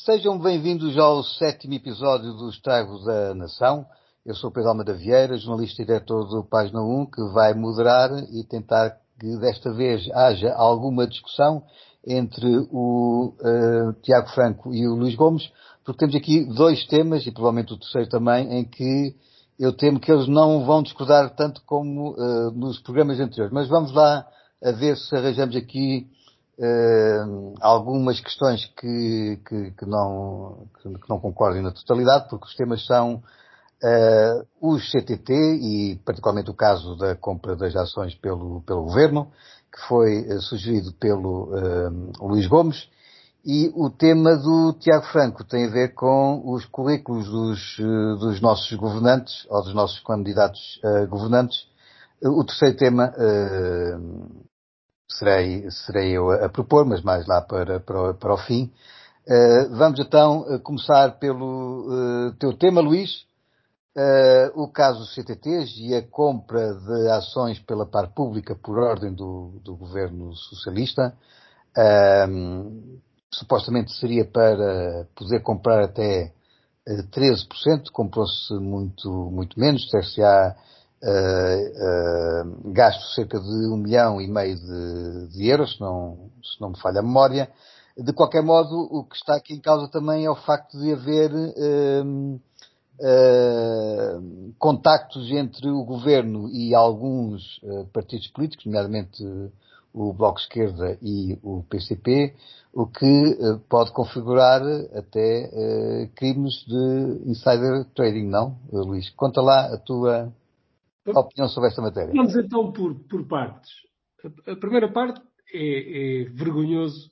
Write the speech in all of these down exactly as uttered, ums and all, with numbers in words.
Sejam bem-vindos ao sétimo episódio do Estragos da Nação. Eu sou Pedro Almeida Vieira, jornalista e diretor do Página um, que vai moderar e tentar que desta vez haja alguma discussão entre o uh, Tiago Franco e o Luís Gomes, porque temos aqui dois temas, e provavelmente o terceiro também, em que eu temo que eles não vão discordar tanto como uh, nos programas anteriores. Mas vamos lá a ver se arranjamos aqui Uh, algumas questões que, que, que, não, que, que não concordem na totalidade, porque os temas são uh, os C T T e particularmente o caso da compra das ações pelo, pelo Governo, que foi uh, sugerido pelo uh, Luís Gomes, e o tema do Tiago Franco tem a ver com os currículos dos, uh, dos nossos governantes, ou dos nossos candidatos uh, governantes. Uh, o terceiro tema uh, Serei, serei eu a, a propor, mas mais lá para, para, o, para o fim. Uh, vamos então uh, começar pelo uh, teu tema, Luís, uh, o caso dos C T Ts e a compra de ações pela par pública por ordem do, do governo socialista. Um, supostamente seria para poder comprar até uh, treze por cento, comprou-se muito, muito menos, ter-se-á Uh, uh, gasto cerca de um milhão e meio de, de euros, se não, se não me falha a memória. De qualquer modo, o que está aqui em causa também é o facto de haver uh, uh, contactos entre o governo e alguns uh, partidos políticos, nomeadamente uh, o Bloco de Esquerda e o P C P, o que uh, pode configurar até uh, crimes de insider trading, não, Luís? Conta lá a tua a opinião sobre esta matéria. Vamos então por, por partes. A, a primeira parte é, é vergonhoso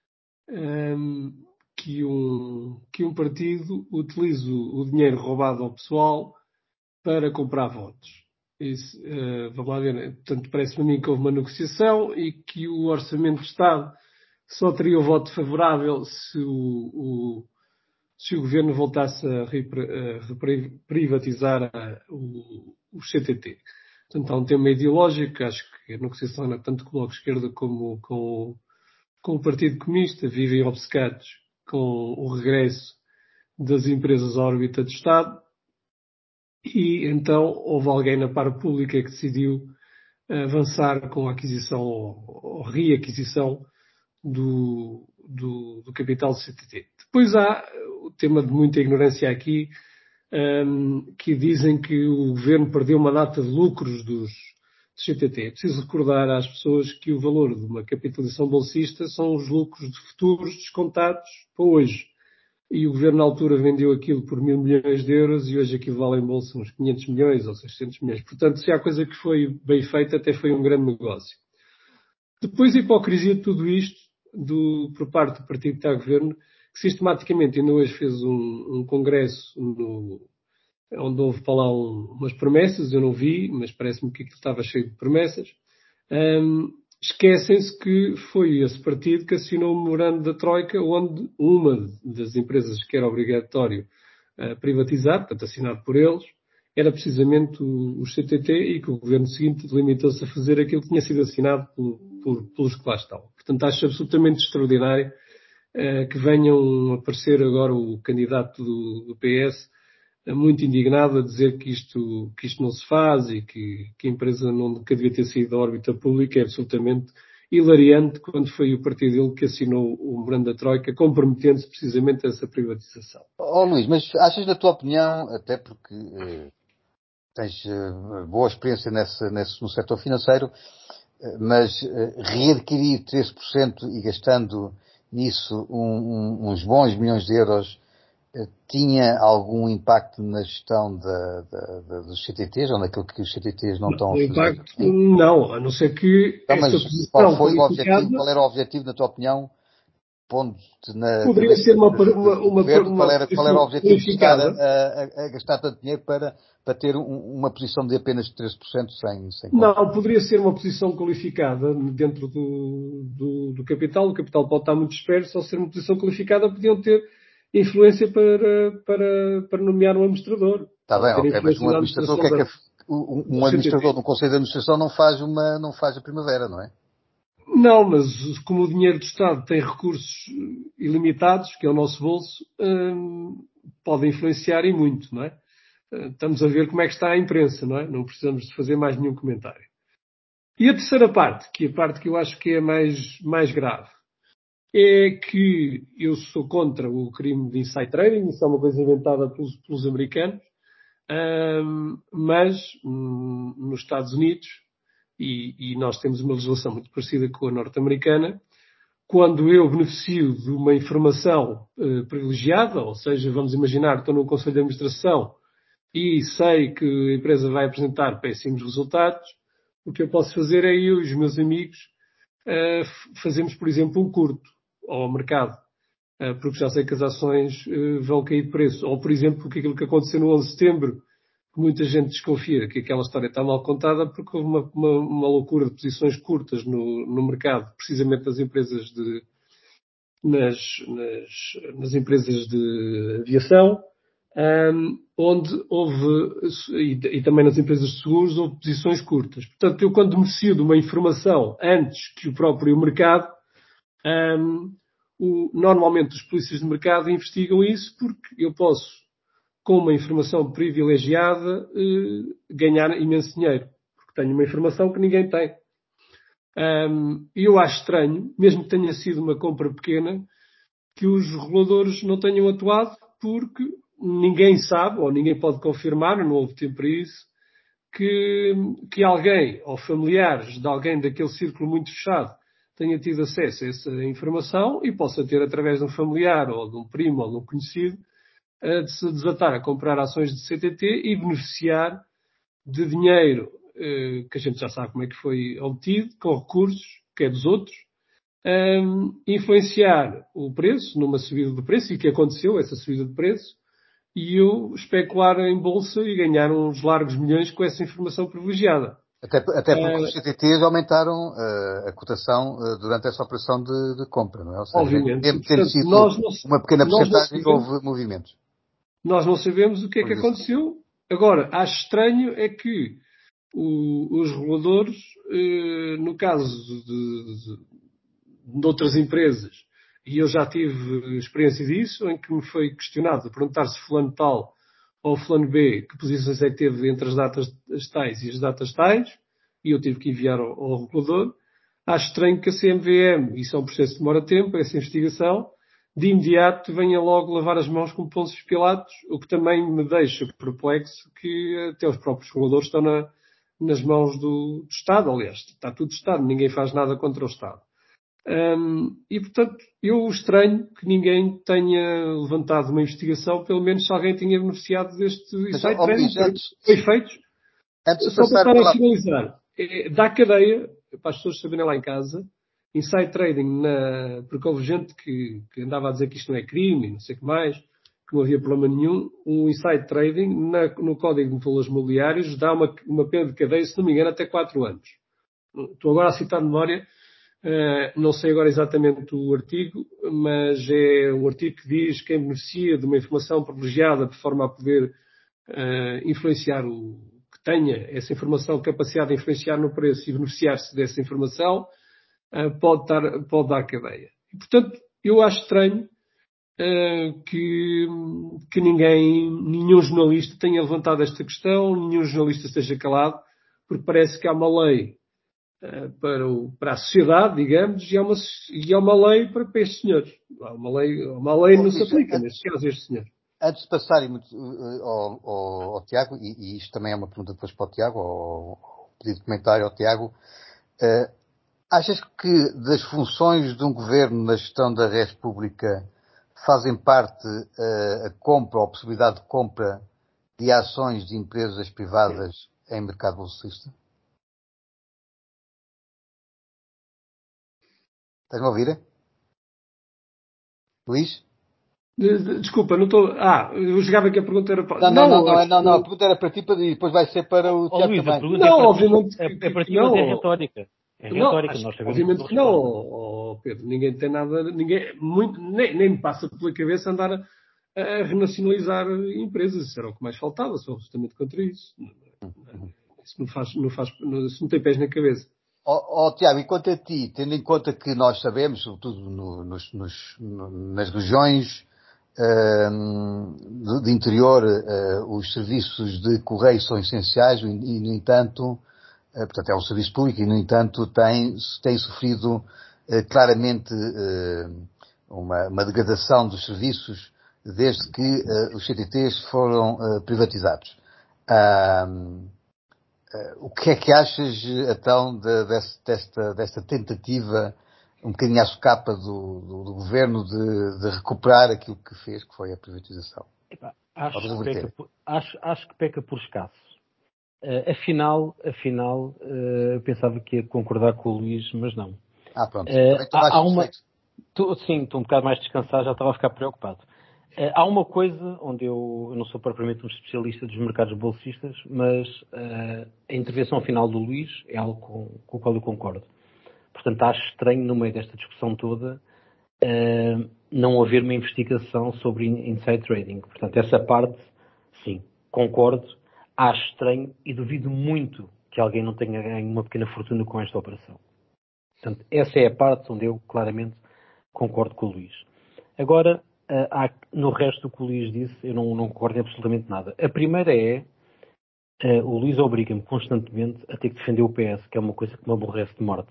um, que, um, que um partido utilize o, o dinheiro roubado ao pessoal para comprar votos. Isso, uh, vamos lá ver, portanto, parece-me a mim que houve uma negociação e que o Orçamento de Estado só teria o voto favorável se o, o, se o Governo voltasse a, repri, a privatizar o, os C T T. Portanto, há um tema ideológico, acho que a negociação, tanto com o Bloco de Esquerda como com, com o Partido Comunista, vivem obcecados com o regresso das empresas à órbita do Estado, e então houve alguém na parte pública que decidiu avançar com a aquisição ou reaquisição do, do, do capital do C T T. Depois há o tema de muita ignorância aqui, um, que dizem que o governo perdeu uma data de lucros dos, dos C T T. É preciso recordar às pessoas que o valor de uma capitalização bolsista são os lucros de futuros descontados para hoje. E o governo na altura vendeu aquilo por mil milhões de euros e hoje aquilo vale em bolsa uns quinhentos milhões ou seiscentos milhões. Portanto, se há coisa que foi bem feita, até foi um grande negócio. Depois a hipocrisia de tudo isto, do, por parte do partido que está a governo, que sistematicamente ainda hoje fez um, um congresso no, onde houve para lá um, umas promessas, eu não vi, mas parece-me que aquilo estava cheio de promessas. Um, esquecem-se que foi esse partido que assinou o memorando da Troika, onde uma das empresas que era obrigatório uh, privatizar, portanto assinado por eles, era precisamente o, o C T T, e que o governo seguinte limitou-se a fazer aquilo que tinha sido assinado por, por, pelos que lá estão. Portanto, acho absolutamente extraordinário uh, que venham aparecer agora o candidato do, do P S uh, muito indignado a dizer que isto, que isto não se faz e que, que a empresa não nunca devia ter saído da órbita pública. É absolutamente hilariante quando foi o partido dele que assinou o memorando da Troika, comprometendo-se precisamente a essa privatização. Ó oh, Luís, mas achas, na tua opinião, até porque eh, tens eh, boa experiência nesse, nesse, no setor financeiro, eh, mas eh, readquirir treze por cento e gastando nisso um, um, uns bons milhões de euros eh, tinha algum impacto na gestão da, da, da, dos C T Ts ou naquilo que os C T Ts não estão O a fazer? impacto, não, a não ser que Não, essa mas qual posição foi o objetivo, qualificada qual era o objetivo, na tua opinião, pondo-te na poderia cabeça ser uma, de, uma, de, do uma, governo, qual uma era, qual era o posição objetivo de estar a, qualificada. a, a gastar tanto dinheiro para, para ter um, uma posição de apenas treze por cento sem, sem compra? Não, poderia ser uma posição qualificada dentro do, do, do capital. O capital pode estar muito disperso, ao ser uma posição qualificada podiam ter influência para, para, para nomear um administrador. Está Pode bem, ter ok, mas um influência na administrador, o que administração é que da, é, um, do um administrador C T T. de um conselho de administração não faz uma, não faz a primavera, não é? Não, mas como o dinheiro do Estado tem recursos ilimitados, que é o nosso bolso, hum, pode influenciar e muito, não é? Estamos a ver como é que está a imprensa, não é? Não precisamos de fazer mais nenhum comentário. E a terceira parte, que é a parte que eu acho que é mais, mais grave, é que eu sou contra o crime de insider trading, isso é uma coisa inventada pelos, pelos americanos, hum, mas hum, nos Estados Unidos, e, e nós temos uma legislação muito parecida com a norte-americana, quando eu beneficio de uma informação uh, privilegiada, ou seja, vamos imaginar, estou num conselho de administração e sei que a empresa vai apresentar péssimos resultados, o que eu posso fazer é eu e os meus amigos uh, fazemos, por exemplo, um curto ao mercado, uh, porque já sei que as ações uh, vão cair de preço. Ou, por exemplo, que aquilo que aconteceu no onze de setembro, que muita gente desconfia que aquela história está mal contada, porque houve uma, uma, uma loucura de posições curtas no, no mercado, precisamente nas empresas de, nas, nas, nas empresas de aviação, um, onde houve, e, e também nas empresas de seguros, houve posições curtas. Portanto, eu quando beneficio de uma informação antes que o próprio mercado, um, o, normalmente os polícias de mercado investigam isso porque eu posso, com uma informação privilegiada, eh, ganhar imenso dinheiro. Porque tenho uma informação que ninguém tem. Um, eu acho estranho, mesmo que tenha sido uma compra pequena, que os reguladores não tenham atuado porque ninguém sabe, ou ninguém pode confirmar, não houve tempo para isso, que, que alguém, ou familiares de alguém daquele círculo muito fechado, tenha tido acesso a essa informação e possa ter, através de um familiar, ou de um primo, ou de um conhecido, de se desatar a comprar ações de C T T e beneficiar de dinheiro que a gente já sabe como é que foi obtido, com recursos, que é dos outros, um, influenciar o preço, numa subida de preço, e que aconteceu, essa subida de preço, e eu especular em bolsa e ganhar uns largos milhões com essa informação privilegiada. Até, até porque Uh, os C T Ts aumentaram uh, a cotação uh, durante essa operação de, de compra, não é? Ou seja, obviamente. mesmo E, tendo portanto, sido nós não, uma pequena nós não porcentagem, sabemos, houve movimentos. nós não sabemos o que é que aconteceu. Agora, acho estranho é que o, os reguladores, uh, no caso de, de, de outras empresas, e eu já tive experiência disso, em que me foi questionado, a perguntar se fulano tal ou fulano B, que posições é que teve entre as datas tais e as datas tais, e eu tive que enviar ao, ao regulador. Acho estranho que a C M V M, isso é um processo que demora tempo, essa investigação, de imediato venha logo lavar as mãos com Pôncio Pilatos, o que também me deixa perplexo que até os próprios reguladores estão na, nas mãos do, do Estado, aliás, está tudo Estado, ninguém faz nada contra o Estado. Um, e, portanto, eu estranho que ninguém tenha levantado uma investigação, pelo menos se alguém tinha beneficiado deste Mas, insight oh, trading, Luís, para antes, foi feito, antes de só para passar estar a pela... finalizar, é, dá cadeia, para as pessoas saberem lá em casa, insight trading, na, porque houve gente que, que andava a dizer que isto não é crime, não sei o que mais, que não havia problema nenhum, o insight trading, na, no Código de Valores Mobiliários, dá uma, uma pena de cadeia, se não me engano, até quatro anos. Estou agora a citar de memória. Uh, não sei agora exatamente o artigo, mas é o artigo que diz quem beneficia de uma informação privilegiada de forma a poder uh, influenciar o que tenha essa informação, capacidade de influenciar no preço e beneficiar-se dessa informação, uh, pode, dar, pode dar cadeia. E, portanto, eu acho estranho uh, que, que ninguém, nenhum jornalista tenha levantado esta questão, nenhum jornalista esteja calado, porque parece que há uma lei Para, o, para a sociedade, digamos, e há uma, e há uma lei para, para estes senhores. Há uma lei, uma lei Oh, não se Luís, aplica, antes, neste caso, a este senhor. antes de passar muito, uh, ao, ao, ao Tiago, e, e isto também é uma pergunta depois para o Tiago, ou pedido de comentário ao Tiago, uh, achas que das funções de um governo na gestão da res pública fazem parte uh, a compra ou a possibilidade de compra de ações de empresas privadas em mercado bolsista? Estás-me a ouvir? Luís? Desculpa, não estou. Ah, eu jogava que a pergunta era para. Não, não, não, Não, não, a é, não, não, a questão. pergunta era para ti e depois vai ser para o Ó Tiago Luís, a também. pergunta é Não, para ti, obviamente é, que, é que, para que ti, mas é não. retórica. É Não, retórica, acho, nós sabemos a obviamente tua que não, resposta. oh, oh, Pedro. Ninguém tem nada. Ninguém, muito, nem, nem me passa pela cabeça andar a, a renacionalizar empresas. Isso era o que mais faltava. Sou absolutamente contra isso. Isso não faz, não faz, não, isso não tem pés na cabeça. Ó, ó, Tiago, e quanto a ti, tendo em conta que nós sabemos, sobretudo no, nos, nos, no, nas regiões uh, de, de interior, uh, os serviços de correio são essenciais e, e no entanto, uh, portanto é um serviço público e no entanto tem, tem sofrido uh, claramente uh, uma, uma degradação dos serviços desde que uh, os C T Ts foram uh, privatizados. Uh, Uh, o que é que achas, então, de, desta, desta tentativa, um bocadinho à socapa do, do, do governo, de, de recuperar aquilo que fez, que foi a privatização? Epá, acho, Ou de que peca reverter? por, acho, acho que peca por escasso. Uh, afinal, afinal uh, pensava que ia concordar com o Luís, mas não. Ah, pronto. Uh, Também estou mais há, há uma. satisfeito. Tô, sim, estou um bocado mais descansado, já estava a ficar preocupado. Uh, há uma coisa onde eu, eu não sou propriamente um especialista dos mercados bolsistas, mas uh, a intervenção final do Luís é algo com, com o qual eu concordo. Portanto, acho estranho, no meio desta discussão toda, uh, não haver uma investigação sobre inside trading. Portanto, essa parte, sim, concordo, acho estranho e duvido muito que alguém não tenha ganho uma pequena fortuna com esta operação. Portanto, essa é a parte onde eu claramente concordo com o Luís. Agora, uh, há, no resto do que o Luís disse, eu não, não concordo em absolutamente nada. A primeira é, uh, o Luís obriga-me constantemente a ter que defender o P S, que é uma coisa que me aborrece de morte.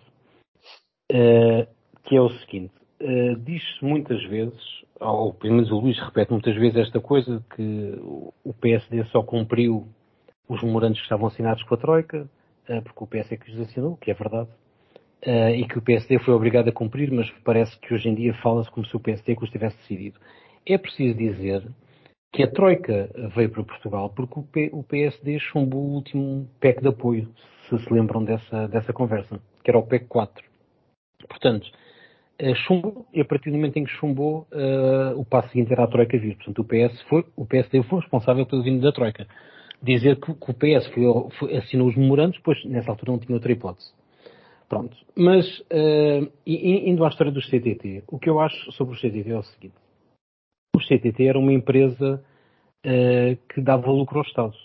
Uh, que é o seguinte, uh, diz-se muitas vezes, ou pelo menos o Luís repete muitas vezes esta coisa, que o P S D só cumpriu os memorandos que estavam assinados com a Troika, uh, porque o P S é que os assinou, que é verdade. Uh, e que o P S D foi obrigado a cumprir, mas parece que hoje em dia fala-se como se o P S D que os tivesse decidido. É preciso dizer que a Troika veio para Portugal porque o, P, o P S D chumbou o último P E C de apoio, se se lembram dessa, dessa conversa, que era o P E C quatro. Portanto, uh, chumbou, e a partir do momento em que chumbou, uh, o passo seguinte era a Troika vir. Portanto, o, P S foi, o P S D foi responsável pelo vindo da Troika. Dizer que, que o P S foi, foi, assinou os memorandos, pois nessa altura não tinha outra hipótese. Pronto. Mas, uh, indo à história dos C T T, o que eu acho sobre os C T T é o seguinte. Os C T T era uma empresa uh, que dava lucro ao Estado.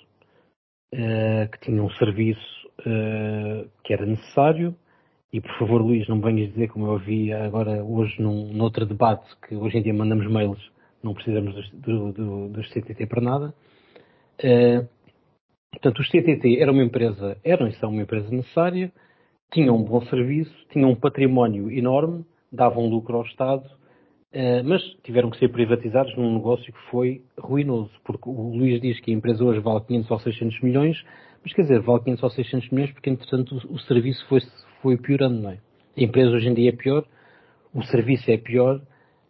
Uh, que tinha um serviço uh, que era necessário. E, por favor, Luís, não me venhas dizer, como eu ouvi agora hoje num, num outro debate, que hoje em dia mandamos mails, não precisamos dos, do, do, dos C T T para nada. Uh, portanto, os C T T era uma empresa, eram e são uma empresa necessária, tinham um bom serviço, tinham um património enorme, davam lucro ao Estado, mas tiveram que ser privatizados num negócio que foi ruinoso, porque o Luís diz que a empresa hoje vale quinhentos ou seiscentos milhões, mas quer dizer, vale quinhentos ou seiscentos milhões porque, entretanto, o, o serviço foi, foi piorando, não é? A empresa hoje em dia é pior, o serviço é pior,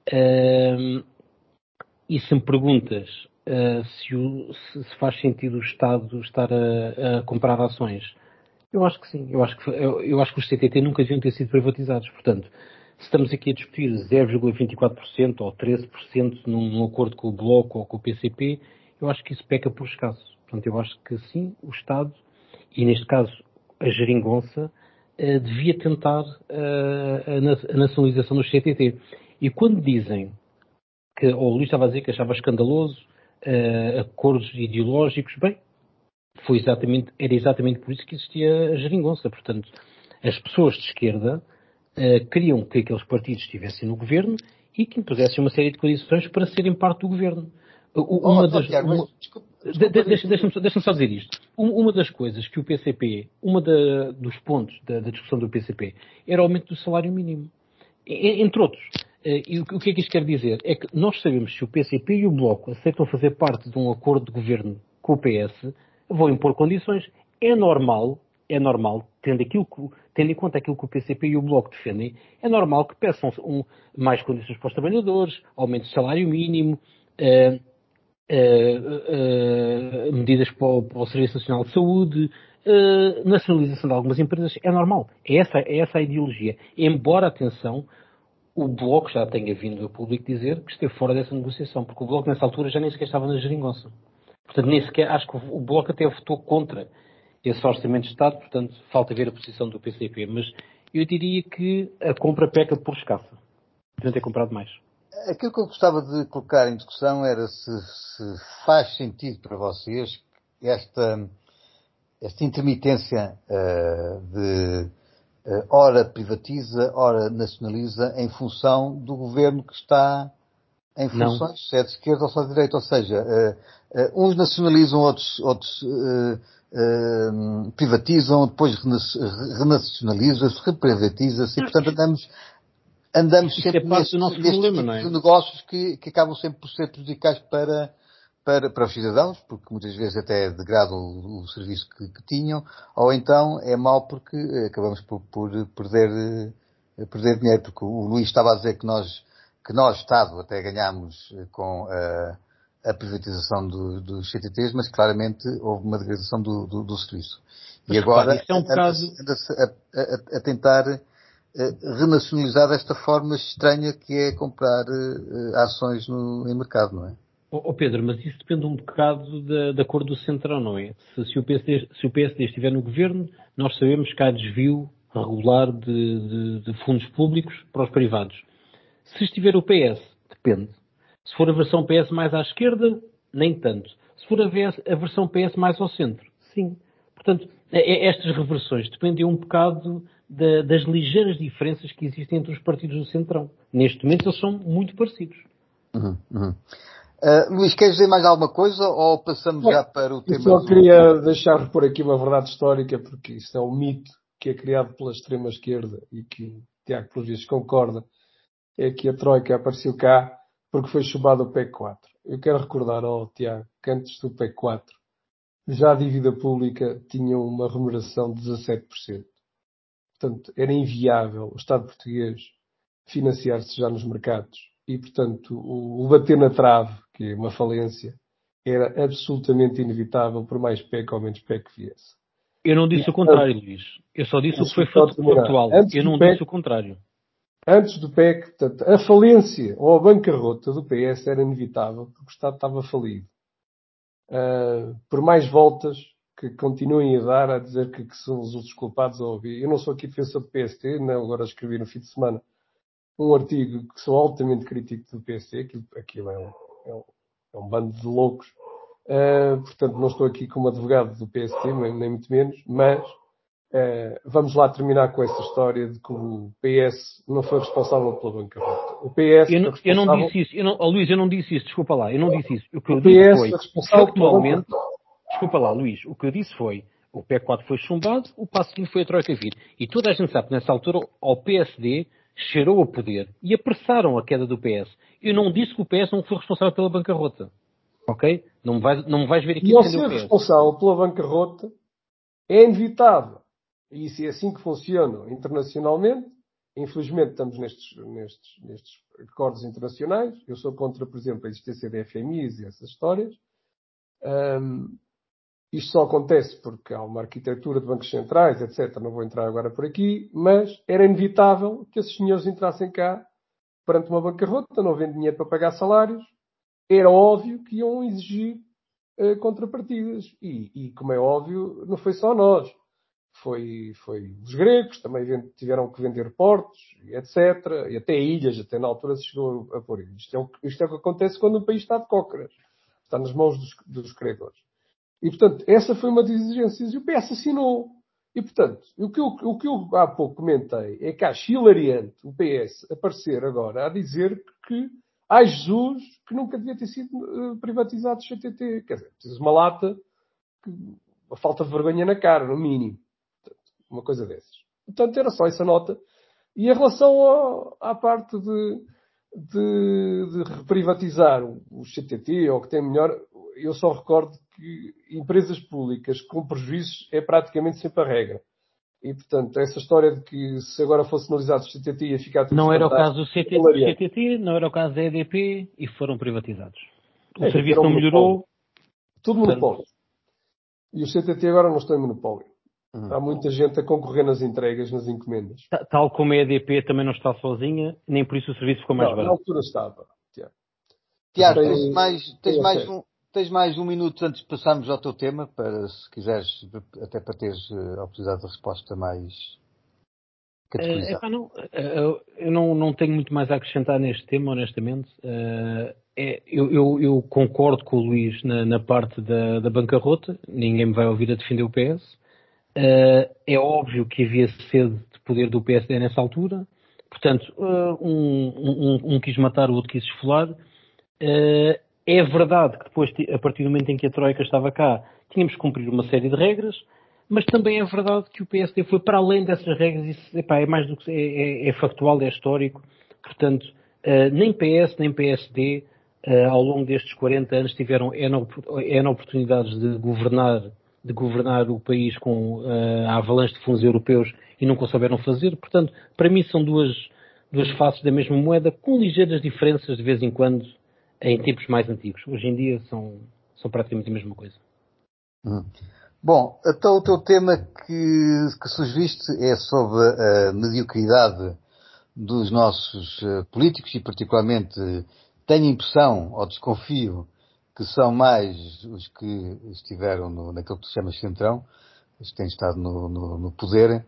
e se me perguntas uh, se, o, se, se faz sentido o Estado estar a, a comprar ações, eu acho que sim. Eu acho que, eu, eu acho que os C T T nunca deviam ter sido privatizados. Portanto, se estamos aqui a discutir zero vírgula vinte e quatro por cento ou treze por cento num, num acordo com o Bloco ou com o P C P, eu acho que isso peca por escasso. Portanto, eu acho que sim, o Estado, e neste caso a geringonça, uh, devia tentar uh, a, a nacionalização dos C T T. E quando dizem que, ou o Luís estava a dizer que achava escandaloso, uh, acordos ideológicos, bem, foi exatamente, era exatamente por isso que existia a geringonça. Portanto, as pessoas de esquerda uh, queriam que aqueles partidos estivessem no governo e que impusessem uma série de condições para serem parte do governo. Oh, Uma oh, das, Tiago, mas uma, desculpa, de, desculpa de, dizer deixa, deixa-me, tudo. deixa-me só dizer isto. Uma das coisas que o P C P, uma da, dos pontos da, da discussão do P C P, era o aumento do salário mínimo. Entre outros. E o que é que isto quer dizer? É que nós sabemos que se o P C P e o Bloco aceitam fazer parte de um acordo de governo com o P S, vão impor condições. É normal, é normal, tendo, aquilo que, tendo em conta aquilo que o P C P e o Bloco defendem, é normal que peçam um, mais condições para os trabalhadores, aumento do salário mínimo, uh, uh, uh, medidas para o, para o Serviço Nacional de Saúde, uh, nacionalização de algumas empresas. É normal. É essa, é essa a ideologia. Embora, atenção, o Bloco já tenha vindo a público dizer que esteve fora dessa negociação, porque o Bloco nessa altura já nem sequer estava na geringonça. Portanto, nem sequer, acho que o Bloco até votou contra esse orçamento de Estado, portanto, falta ver a posição do P C P. Mas eu diria que a compra peca por escassa. Deviam ter comprado mais. Aquilo que eu gostava de colocar em discussão era se, se faz sentido para vocês esta, esta intermitência uh, de ora privatiza, ora nacionaliza em função do governo que está em funções, se é de esquerda ou se é de direita. Ou seja, uns nacionalizam, outros, outros Uh, privatizam, depois renacionalizam-se, reprivatiza-se e, portanto, andamos, andamos Isso sempre é parte nestes, do nosso nestes problema, tipos não é? de negócios que, que acabam sempre por ser prejudicais para, para, para os cidadãos, porque muitas vezes até degradam o, o serviço que, que tinham, ou então é mau porque acabamos por, por perder, perder dinheiro, porque o Luís estava a dizer que nós, que nós, Estado, até ganhámos com a uh, a privatização do, dos C T Ts, mas claramente houve uma degradação do, do, do serviço. Mas, e agora repare, isso é um anda-se, bocado... anda-se a, a, a tentar uh, renacionalizar desta forma estranha que é comprar uh, ações no, em mercado, não é? Oh, oh Pedro, mas isso depende um bocado da, da cor do centrão, não é? Se, se, o P S D, se o P S D estiver no governo, nós sabemos que há desvio regular de, de, de fundos públicos para os privados. Se estiver o P S, depende. Se for a versão P S mais à esquerda, nem tanto. Se for a, a versão P S mais ao centro, sim. Portanto, estas reversões dependem um bocado da, das ligeiras diferenças que existem entre os partidos do centrão. Neste momento eles são muito parecidos. Uhum, uhum. Uh, Luís, queres dizer mais alguma coisa ou passamos Bem, já para o tema eu só do... queria deixar por aqui uma verdade histórica, porque isto é um mito que é criado pela extrema-esquerda e que o Tiago, por vezes, concorda, é que a Troika apareceu cá porque foi chumbado o P E C quatro. Eu quero recordar ao Tiago que antes do P E C quatro já a dívida pública tinha uma remuneração de dezassete por cento. Portanto, era inviável o Estado português financiar-se já nos mercados. E, portanto, o, o bater na trave, que é uma falência, era absolutamente inevitável, por mais P E C ou menos P E C que viesse. Eu não disse E, o contrário, Luís. Eu só disse o que foi factual. Eu não disse o contrário. Antes do P E C, portanto, a falência ou a bancarrota do P S era inevitável, porque o Estado estava falido. Uh, por mais voltas que continuem a dar, a dizer que, que são os outros culpados a ouvir. Eu não sou aqui defensor do P S T, não, agora escrevi no fim de semana um artigo que sou altamente crítico do P S T, aquilo, aquilo é, um, é, um, é um bando de loucos. Uh, portanto, não estou aqui como advogado do P S T, nem muito menos, mas Uh, vamos lá terminar com essa história de que o P S não foi responsável pela bancarrota. O P S eu, foi não, eu não responsável... disse isso. Eu não, oh, Luís, eu não disse isso. Desculpa lá. Eu não disse isso. O que o eu P disse S foi, foi responsável factualmente... pela bancarrota. Desculpa lá, Luís. O que eu disse foi, o P E C quatro foi chumbado, o passo seguinte foi a Troika vir. E toda a gente sabe que nessa altura ao P S D cheirou a poder e apressaram a queda do P S. Eu não disse que o P S não foi responsável pela bancarrota. Ok? Não me vais, não me vais ver aqui E ao defender ser o P S. responsável pela bancarrota, é inevitável. E isso é assim que funciona internacionalmente. Infelizmente estamos nestes, nestes, nestes acordos internacionais. Eu sou contra, por exemplo, a existência de F M Is e essas histórias. Um, isto só acontece porque há uma arquitetura de bancos centrais, etcétera. Não vou entrar agora por aqui, mas era inevitável que esses senhores entrassem cá perante uma bancarrota, não havendo dinheiro para pagar salários. Era óbvio que iam exigir uh, contrapartidas. E, e, como é óbvio, não foi só nós. Foi, foi os gregos, também tiveram que vender portos, etcétera. E até ilhas, até na altura se chegou a pôr. Isto é o, isto é o que acontece quando o país está de cócoras. Está nas mãos dos, dos credores. E, portanto, essa foi uma das exigências. E o P S assinou. E, portanto, o que, eu, o que eu há pouco comentei é que acho hilariante o P S aparecer agora a dizer que há Jesus que nunca devia ter sido uh, privatizado o C T T. Quer dizer, precisa de uma lata, que, uma falta de vergonha na cara, no mínimo. Portanto, uma coisa dessas. Portanto, era só essa nota. E em relação ao, à parte de, de, de reprivatizar o C T T, ou que tem melhor, eu só recordo que empresas públicas com prejuízos é praticamente sempre a regra. E, portanto, essa história de que se agora fosse analisado o C T T ia ficar tudo Não era o fantástico. caso do C T T, não era o caso da E D P e foram privatizados. O É, serviço não melhorou. Tudo monopólio. E o C T T agora não está em monopólio. Uhum. Há muita gente a concorrer nas entregas, nas encomendas. Tal como a E D P também não está sozinha, nem por isso o serviço ficou mais não, barato. Na altura estava, Tiago. Tiago, Tem, tens mais, tens, tem mais um, tens mais um minuto antes de passarmos ao teu tema, para, se quiseres, até para teres a oportunidade de resposta mais categorizada. Uh, epá, não, uh, eu não, não tenho muito mais a acrescentar neste tema, honestamente. Uh, é, eu, eu, eu concordo com o Luís na, na parte da, da bancarrota. Ninguém me vai ouvir a defender o P S. Uh, é óbvio que havia sede de poder do P S D nessa altura. Portanto, uh, um, um, um quis matar, o outro quis esfolar. Uh, é verdade que depois, a partir do momento em que a Troika estava cá, tínhamos que cumprir uma série de regras, mas também é verdade que o P S D foi para além dessas regras. Isso, epá, é mais do que é, é, é factual, é histórico. Portanto, uh, nem P S nem P S D uh, ao longo destes quarenta anos tiveram N oportunidades de governar, de governar o país com uh, a avalanche de fundos europeus e nunca o souberam fazer. Portanto, para mim são duas, duas faces da mesma moeda, com ligeiras diferenças de vez em quando em tempos mais antigos. Hoje em dia são, são praticamente a mesma coisa. Hum. Bom, então o teu tema que, que sugeriste é sobre a mediocridade dos nossos uh, políticos e particularmente tenho a impressão, ou desconfio, que são mais os que estiveram no, naquilo que tu chamas centrão, os que têm estado no, no, no poder.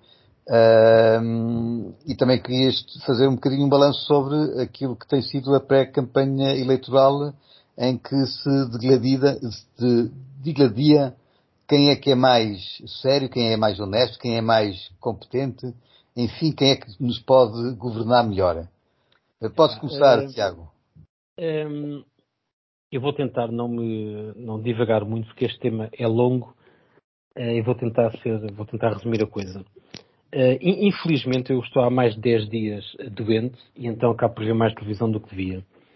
Uh, e também querias fazer um bocadinho um balanço sobre aquilo que tem sido a pré-campanha eleitoral em que se degladia, se degladia quem é que é mais sério, quem é mais honesto, quem é mais competente, enfim, quem é que nos pode governar melhor. Podes começar, uh, Tiago. Um, eu vou tentar não me não divagar muito, porque este tema é longo uh, e vou tentar ser, vou tentar resumir a coisa. Uh, infelizmente eu estou há mais de dez dias doente e então acabo por ver mais televisão do que devia.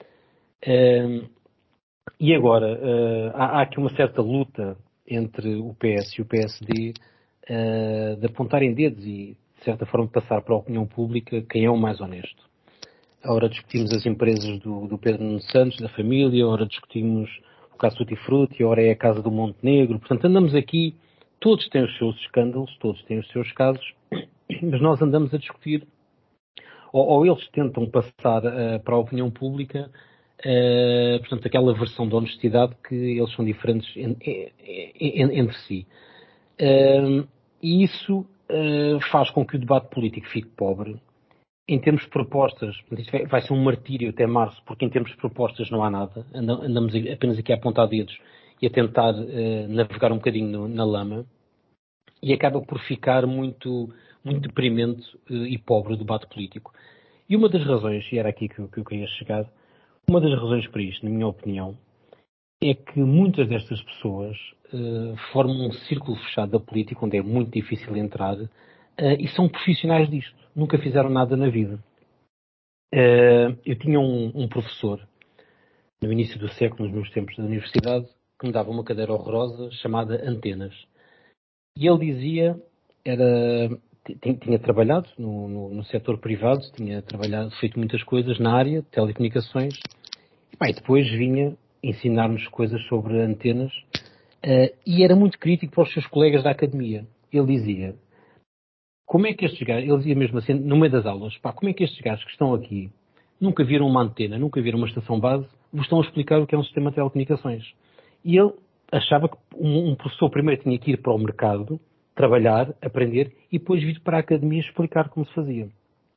Uh, e agora, uh, há, há aqui uma certa luta entre o P S e o P S D uh, de apontarem dedos e, de certa forma, passar para a opinião pública quem é o mais honesto. Ora discutimos as empresas do, do Pedro Nuno Santos, da família, ora discutimos o caso Tutti Frutti, ora é a Casa do Montenegro. Portanto, andamos aqui, todos têm os seus escândalos, todos têm os seus casos, mas nós andamos a discutir, ou, ou eles tentam passar uh, para a opinião pública, uh, portanto, aquela versão de honestidade que eles são diferentes en, en, en, entre si. Uh, e isso uh, faz com que o debate político fique pobre. Em termos de propostas, isto vai ser um martírio até março, porque em termos de propostas não há nada. Andamos apenas aqui a apontar dedos e a tentar uh, navegar um bocadinho no, na lama. E acaba por ficar muito, muito deprimente uh, e pobre o debate político. E uma das razões, e era aqui que eu, que eu queria chegar, uma das razões para isto, na minha opinião, é que muitas destas pessoas uh, formam um círculo fechado da política, onde é muito difícil entrar, uh, e são profissionais disto. Nunca fizeram nada na vida. Uh, eu tinha um, um professor, no início do século, nos meus tempos da universidade, que me dava uma cadeira horrorosa chamada Antenas. E ele dizia, era, tinha, tinha trabalhado no, no, no setor privado, tinha trabalhado, feito muitas coisas na área de telecomunicações, e, pá, e depois vinha ensinar-nos coisas sobre antenas, uh, e era muito crítico para os seus colegas da academia. Ele dizia, como é que estes gajos, ele dizia mesmo assim, no meio das aulas, pá, como é que estes gajos que estão aqui, nunca viram uma antena, nunca viram uma estação base, vos estão a explicar o que é um sistema de telecomunicações. E ele achava que um, um professor primeiro tinha que ir para o mercado, trabalhar, aprender, e depois vir para a academia explicar como se fazia.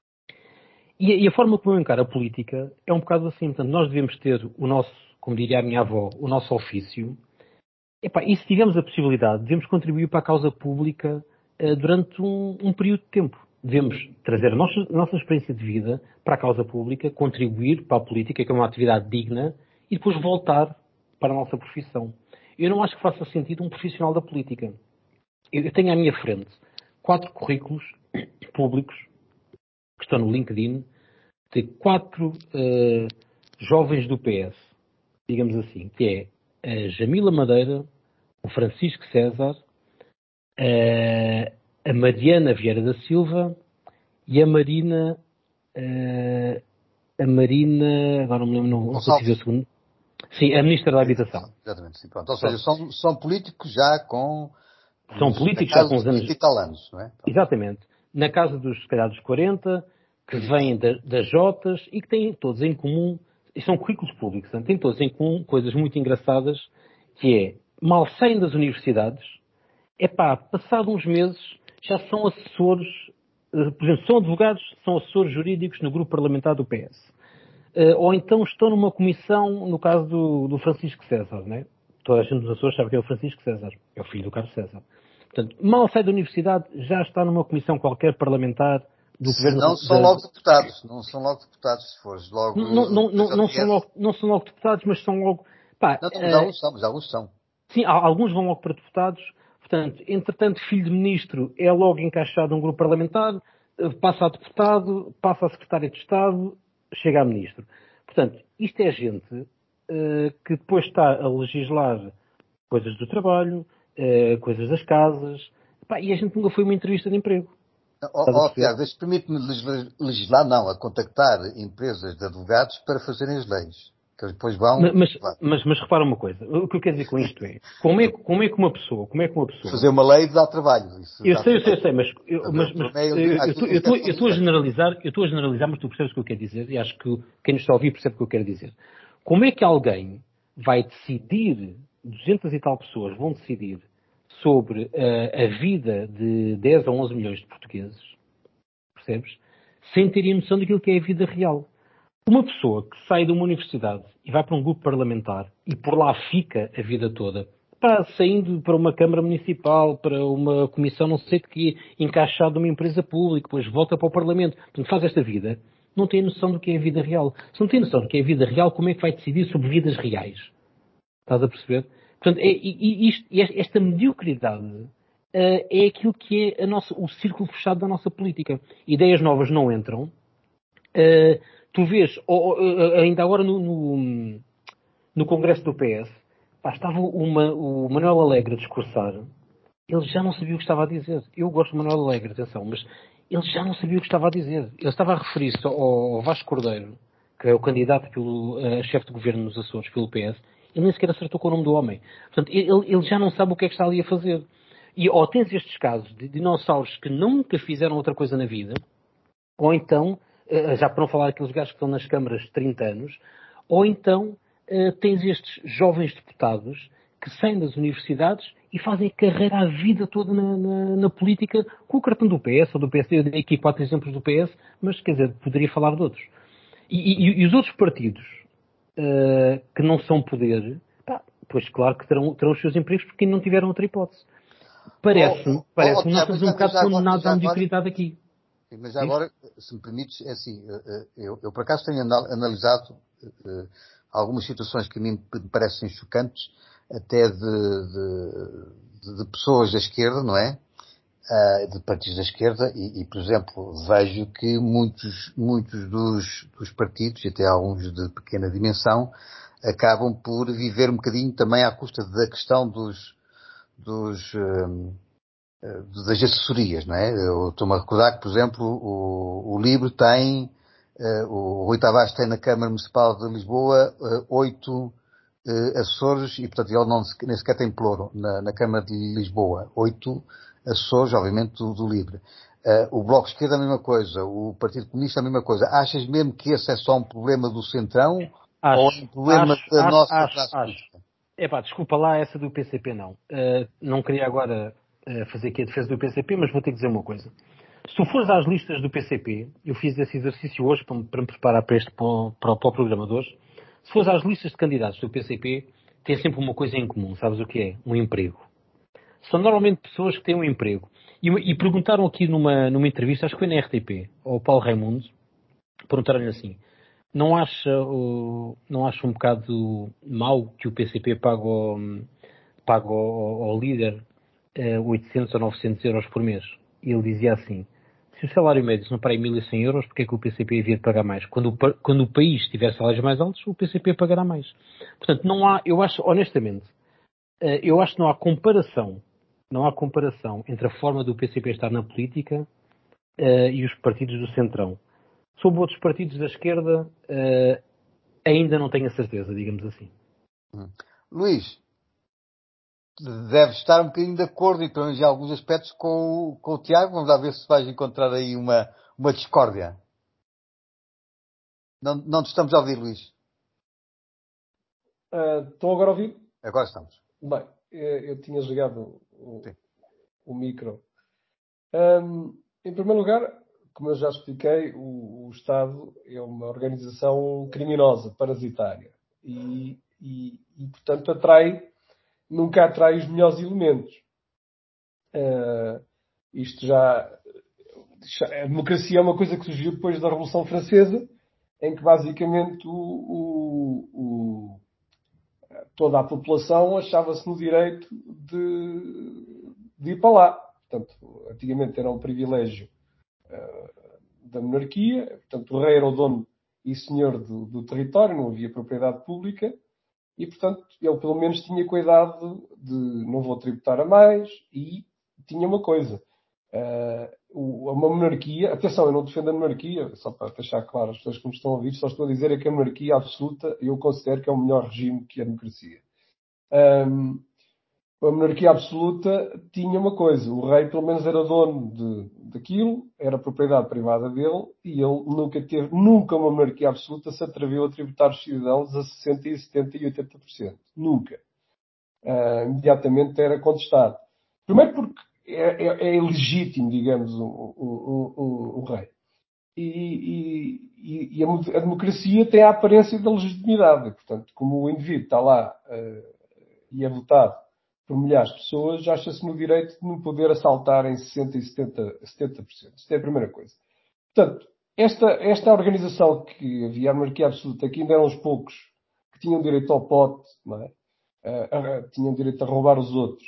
E, e a forma como eu encaro a política é um bocado assim. Portanto, nós devemos ter o nosso, como diria a minha avó, o nosso ofício. Epá, e se tivermos a possibilidade, devemos contribuir para a causa pública uh, durante um, um período de tempo. Devemos trazer a nossa, a nossa experiência de vida para a causa pública, contribuir para a política, que é uma atividade digna, e depois voltar para a nossa profissão. Eu não acho que faça sentido um profissional da política. Eu tenho à minha frente quatro currículos públicos que estão no LinkedIn de quatro uh, jovens do P S, digamos assim, que é a Jamila Madeira, o Francisco César, uh, a Mariana Vieira da Silva e a Marina, uh, a Marina, agora não me lembro, não, não consigo ver o segundo. Sim, a Ministra da Habitação. Exatamente, sim, pronto. Ou seja, são, são políticos já com... São políticos já com os anos... trinta e tal anos, não é? Pronto. Exatamente. Na casa dos, se calhar, dos quarenta, que vêm da, das Jotas e que têm todos em comum, e são currículos públicos, têm todos em comum coisas muito engraçadas, que é, mal saem das universidades, é pá, passado uns meses, já são assessores, por exemplo, são advogados, são assessores jurídicos no grupo parlamentar do P S. Ou então estão numa comissão, no caso do, do Francisco César, né? Toda a gente dos Açores sabe que é o Francisco César, é o filho do Carlos César. Portanto, mal sai da universidade, já está numa comissão qualquer parlamentar do Se governo. não são da... logo deputados, não são logo deputados, se fores logo... Não, não, não, não, são logo, não são logo deputados, mas são logo... Pá, Não, não, mas uh, alguns são, mas alguns são. sim, alguns vão logo para deputados. Portanto, entretanto, filho de ministro é logo encaixado num grupo parlamentar, passa a deputado, passa a secretário de Estado, chega a ministro. Portanto, isto é gente uh, que depois está a legislar coisas do trabalho, uh, coisas das casas, pá, e a gente nunca foi uma entrevista de emprego. Ó, oh, Tiago, deixa permite-me legislar, não, a contactar empresas de advogados para fazerem as leis. Que eles depois vão... Mas, mas, mas, mas repara uma coisa, o que eu quero dizer com isto é, como é, como é que uma pessoa, como é que uma pessoa... Fazer uma lei dá trabalho. Isso eu dá sei, trabalho. eu sei, eu sei, mas, eu, mas, mas eu estou a generalizar, eu estou a generalizar, mas tu percebes o que eu quero dizer, e acho que quem nos está a ouvir percebe o que eu quero dizer. Como é que alguém vai decidir, duzentas e tal pessoas vão decidir sobre uh, a vida de dez ou onze milhões de portugueses, percebes? Sem terem noção daquilo que é a vida real. Uma pessoa que sai de uma universidade e vai para um grupo parlamentar e por lá fica a vida toda, pá, saindo para uma Câmara Municipal, para uma comissão não sei de quê, encaixado numa empresa pública, depois volta para o Parlamento, portanto faz esta vida, não tem noção do que é a vida real. Se não tem noção do que é a vida real, como é que vai decidir sobre vidas reais? Estás a perceber? Portanto, é, e, isto, esta mediocridade uh, é aquilo que é a nossa, o círculo fechado da nossa política. Ideias novas não entram. Uh, tu vês, ou, ou, ainda agora no, no, no Congresso do P S, pá, estava uma, o Manuel Alegre a discursar, ele já não sabia o que estava a dizer. Eu gosto do Manuel Alegre, atenção, mas ele já não sabia o que estava a dizer. Ele estava a referir-se ao, ao Vasco Cordeiro, que é o candidato pelo uh, chefe de governo nos Açores, pelo P S, ele nem sequer acertou com o nome do homem. Portanto, ele, ele já não sabe o que é que está ali a fazer. E ou tens estes casos de dinossauros que nunca fizeram outra coisa na vida, ou então, já para não falar daqueles gajos que estão nas câmaras de trinta anos, ou então tens estes jovens deputados que saem das universidades e fazem carreira a vida toda na, na, na política com o cartão do P S ou do P S D. Eu dei aqui quatro exemplos do P S, mas quer dizer, poderia falar de outros. E, e, e os outros partidos uh, que não são poder, pá, pois claro que terão, terão os seus empregos porque não tiveram outra hipótese. Parece-me, oh, oh, parece oh, que nós estamos um bocado condenados à mediocridade aqui. Mas já agora, se me permites, é assim, eu, eu por acaso tenho analisado uh, algumas situações que a mim me parecem chocantes, até de, de, de pessoas da esquerda, não é? Uh, de partidos da esquerda, e, e, por exemplo, vejo que muitos, muitos dos, dos partidos, e até alguns de pequena dimensão, acabam por viver um bocadinho também à custa da questão dos, dos, um, das assessorias, não é? Eu estou-me a recordar que, por exemplo, o, o LIBRE tem, uh, o Rui Tavares tem na Câmara Municipal de Lisboa uh, oito uh, assessores e, portanto, ele não, nem sequer tem ploro na, na Câmara de Lisboa. Oito assessores, obviamente, do, do LIBRE. Uh, o Bloco de Esquerda a mesma coisa, o Partido Comunista a mesma coisa. Achas mesmo que esse é só um problema do Centrão acho, ou é um problema acho, da acho, nossa acho, classe acho. política? Epá, desculpa lá essa do P C P não. Uh, não queria agora uh, fazer aqui a defesa do P C P, mas vou ter que dizer uma coisa. Se tu fores às listas do P C P, eu fiz esse exercício hoje para, para me preparar para, este, para, para, para o programa de hoje. Se fores às listas de candidatos do P C P, tem sempre uma coisa em comum, sabes o que é? Um emprego. São normalmente pessoas que têm um emprego. E, e perguntaram aqui numa, numa entrevista, acho que foi na R T P, ao Paulo Raimundo, perguntaram-lhe assim, não acha, não acha um bocado mau que o P C P pague ao, pague ao, ao líder uh, oitocentos ou novecentos euros por mês? E ele dizia assim, se o salário médio não para em mil e cem euros, porque é que o P C P havia de pagar mais? Quando o, quando o país tiver salários mais altos, o P C P pagará mais. Portanto, não há, eu acho, honestamente, uh, eu acho que não há comparação, não há comparação entre a forma do P C P estar na política uh, e os partidos do Centrão. Sobre outros partidos da esquerda, uh, ainda não tenho a certeza, digamos assim. Hum. Luís, deve estar um bocadinho de acordo, então, em alguns aspectos com o, com o Tiago. Vamos lá ver se vais encontrar aí uma, uma discórdia. Não, não te estamos a ouvir, Luís. Uh, estão agora a ouvir? Agora estamos. Bem, eu, eu tinha desligado o, o micro. Um, em primeiro lugar, como eu já expliquei, o, o Estado é uma organização criminosa, parasitária. E, e, e, portanto, atrai, nunca atrai os melhores elementos. Uh, isto já, a democracia é uma coisa que surgiu depois da Revolução Francesa, em que basicamente o, o, o, toda a população achava-se no direito de, de ir para lá. Portanto, antigamente era um privilégio uh, da monarquia, portanto o rei era o dono e senhor do, do território, não havia propriedade pública, e portanto ele pelo menos tinha cuidado de não vou tributar a mais, e tinha uma coisa, uh, uma monarquia, atenção, eu não defendo a monarquia, só para deixar claro as pessoas que me estão a ouvir, só estou a dizer é que a monarquia absoluta eu considero que é o melhor regime que a democracia. Um, a monarquia absoluta tinha uma coisa, o rei pelo menos era dono de, daquilo, era propriedade privada dele, e ele nunca teve, nunca uma monarquia absoluta se atreveu a tributar os cidadãos a sessenta, setenta e oitenta por cento. Nunca. Uh, imediatamente era contestado. Primeiro porque é, é, é ilegítimo, digamos, o, o, o, o rei. E, e, e a, a democracia tem a aparência da legitimidade. Portanto, como o indivíduo está lá uh, e é votado por milhares de pessoas, acha-se no direito de não poder assaltar em sessenta e setenta, setenta por cento. Isto é a primeira coisa. Portanto, esta, esta organização que havia a monarquia absoluta, que ainda eram os poucos que tinham direito ao pote, não é? Uh, uh, tinham direito a roubar os outros,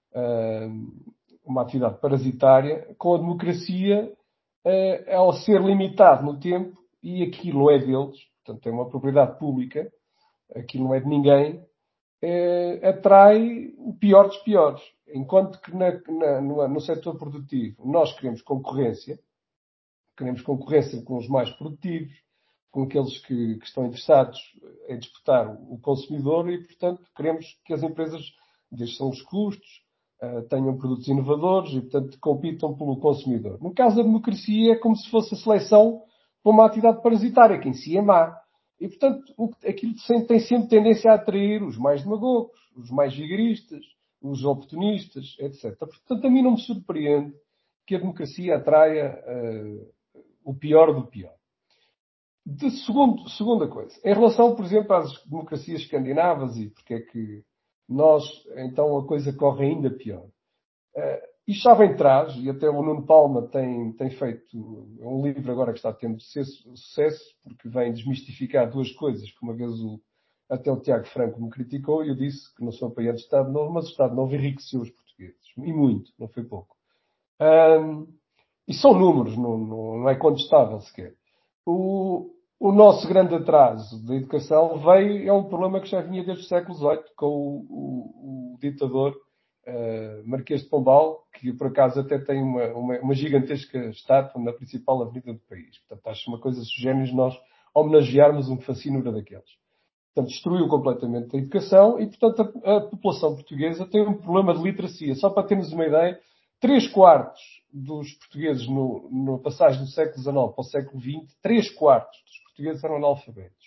uh, uma atividade parasitária, com a democracia, uh, ao ser limitado no tempo, e aquilo não é deles, portanto é uma propriedade pública, aquilo não é de ninguém, uh, atrai o pior dos piores. Enquanto que na, na, no, no setor produtivo nós queremos concorrência, queremos concorrência com os mais produtivos, com aqueles que, que estão interessados em disputar o consumidor, e, portanto, queremos que as empresas deixem os custos, uh, tenham produtos inovadores e, portanto, compitam pelo consumidor. No caso da democracia, é como se fosse a seleção para uma atividade parasitária, que em si é má. E, portanto, o, aquilo tem sempre tendência a atrair os mais demagogos, os mais vigaristas, os oportunistas, etcétera. Portanto, a mim não me surpreende que a democracia atraia uh, o pior do pior. De segundo, segunda coisa, em relação, por exemplo, às democracias escandinavas, e porque é que nós, então, a coisa corre ainda pior. Uh, isto já vem atrás, e até o Nuno Palma tem, tem feito um livro agora que está tendo sucesso, porque vem desmistificar duas coisas, que uma vez o, até o Tiago Franco me criticou, e eu disse que não sou apoiante do Estado Novo, mas o Estado Novo enriqueceu os portugueses. E muito, não foi pouco. Um, e são números, não, não, não é contestável sequer. O, o nosso grande atraso da educação veio, é um problema que já vinha desde o século dezoito, com o, o, o ditador uh, Marquês de Pombal, que por acaso até tem uma, uma, uma gigantesca estátua na principal avenida do país. Portanto, acho uma coisa sugério nós homenagearmos um fascínora daqueles. Portanto, destruiu completamente a educação e, portanto, a, a população portuguesa tem um problema de literacia. Só para termos uma ideia, três quartos dos portugueses, no, no passagem do século dezenove para o século vinte, três quartos dos portugueses eram analfabetos.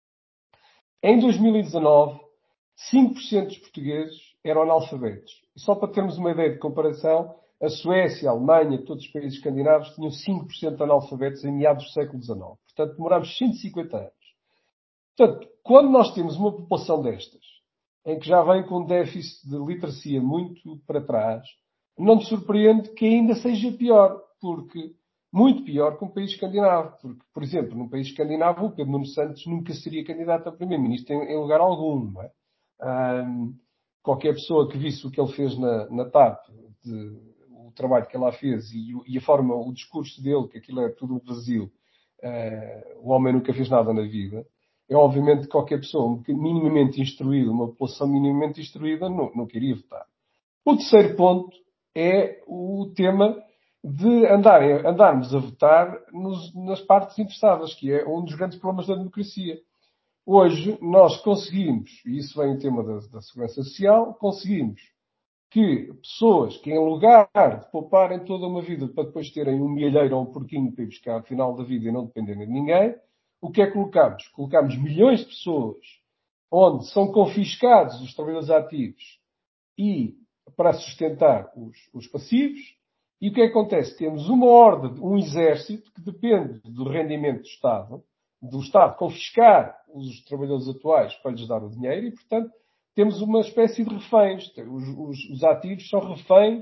Em dois mil e dezanove, cinco por cento dos portugueses eram analfabetos. E só para termos uma ideia de comparação, a Suécia, a Alemanha, todos os países escandinavos tinham cinco por cento de analfabetos em meados do século dezenove. Portanto, demorámos cento e cinquenta anos. Portanto, quando nós temos uma população destas, em que já vem com um déficit de literacia muito para trás, não me surpreende que ainda seja pior, porque muito pior que um país escandinavo. Porque, por exemplo, num país escandinavo, o Pedro Nuno Santos nunca seria candidato a primeiro-ministro em, em lugar algum, não é? Um, qualquer pessoa que visse o que ele fez na, na T A P, de, o trabalho que ele lá fez e, e a forma, o discurso dele, que aquilo é tudo um vazio, uh, o homem nunca fez nada na vida. É obviamente que qualquer pessoa minimamente instruída, uma população minimamente instruída, não, não queria votar. O terceiro ponto é o tema de andar, andarmos a votar nos, nas partes interessadas, que é um dos grandes problemas da democracia. Hoje nós conseguimos, e isso vem o tema da, da segurança social, conseguimos que pessoas que, em lugar de pouparem toda uma vida para depois terem um milheiro ou um porquinho para ir buscar ao final da vida e não dependerem de ninguém, o que é que colocamos? Colocamos milhões de pessoas onde são confiscados os trabalhadores ativos e para sustentar os, os passivos. E o que é que acontece? Temos uma ordem, um exército que depende do rendimento do Estado, do Estado confiscar os trabalhadores atuais para lhes dar o dinheiro e, portanto, temos uma espécie de reféns. Os, os, os ativos são reféns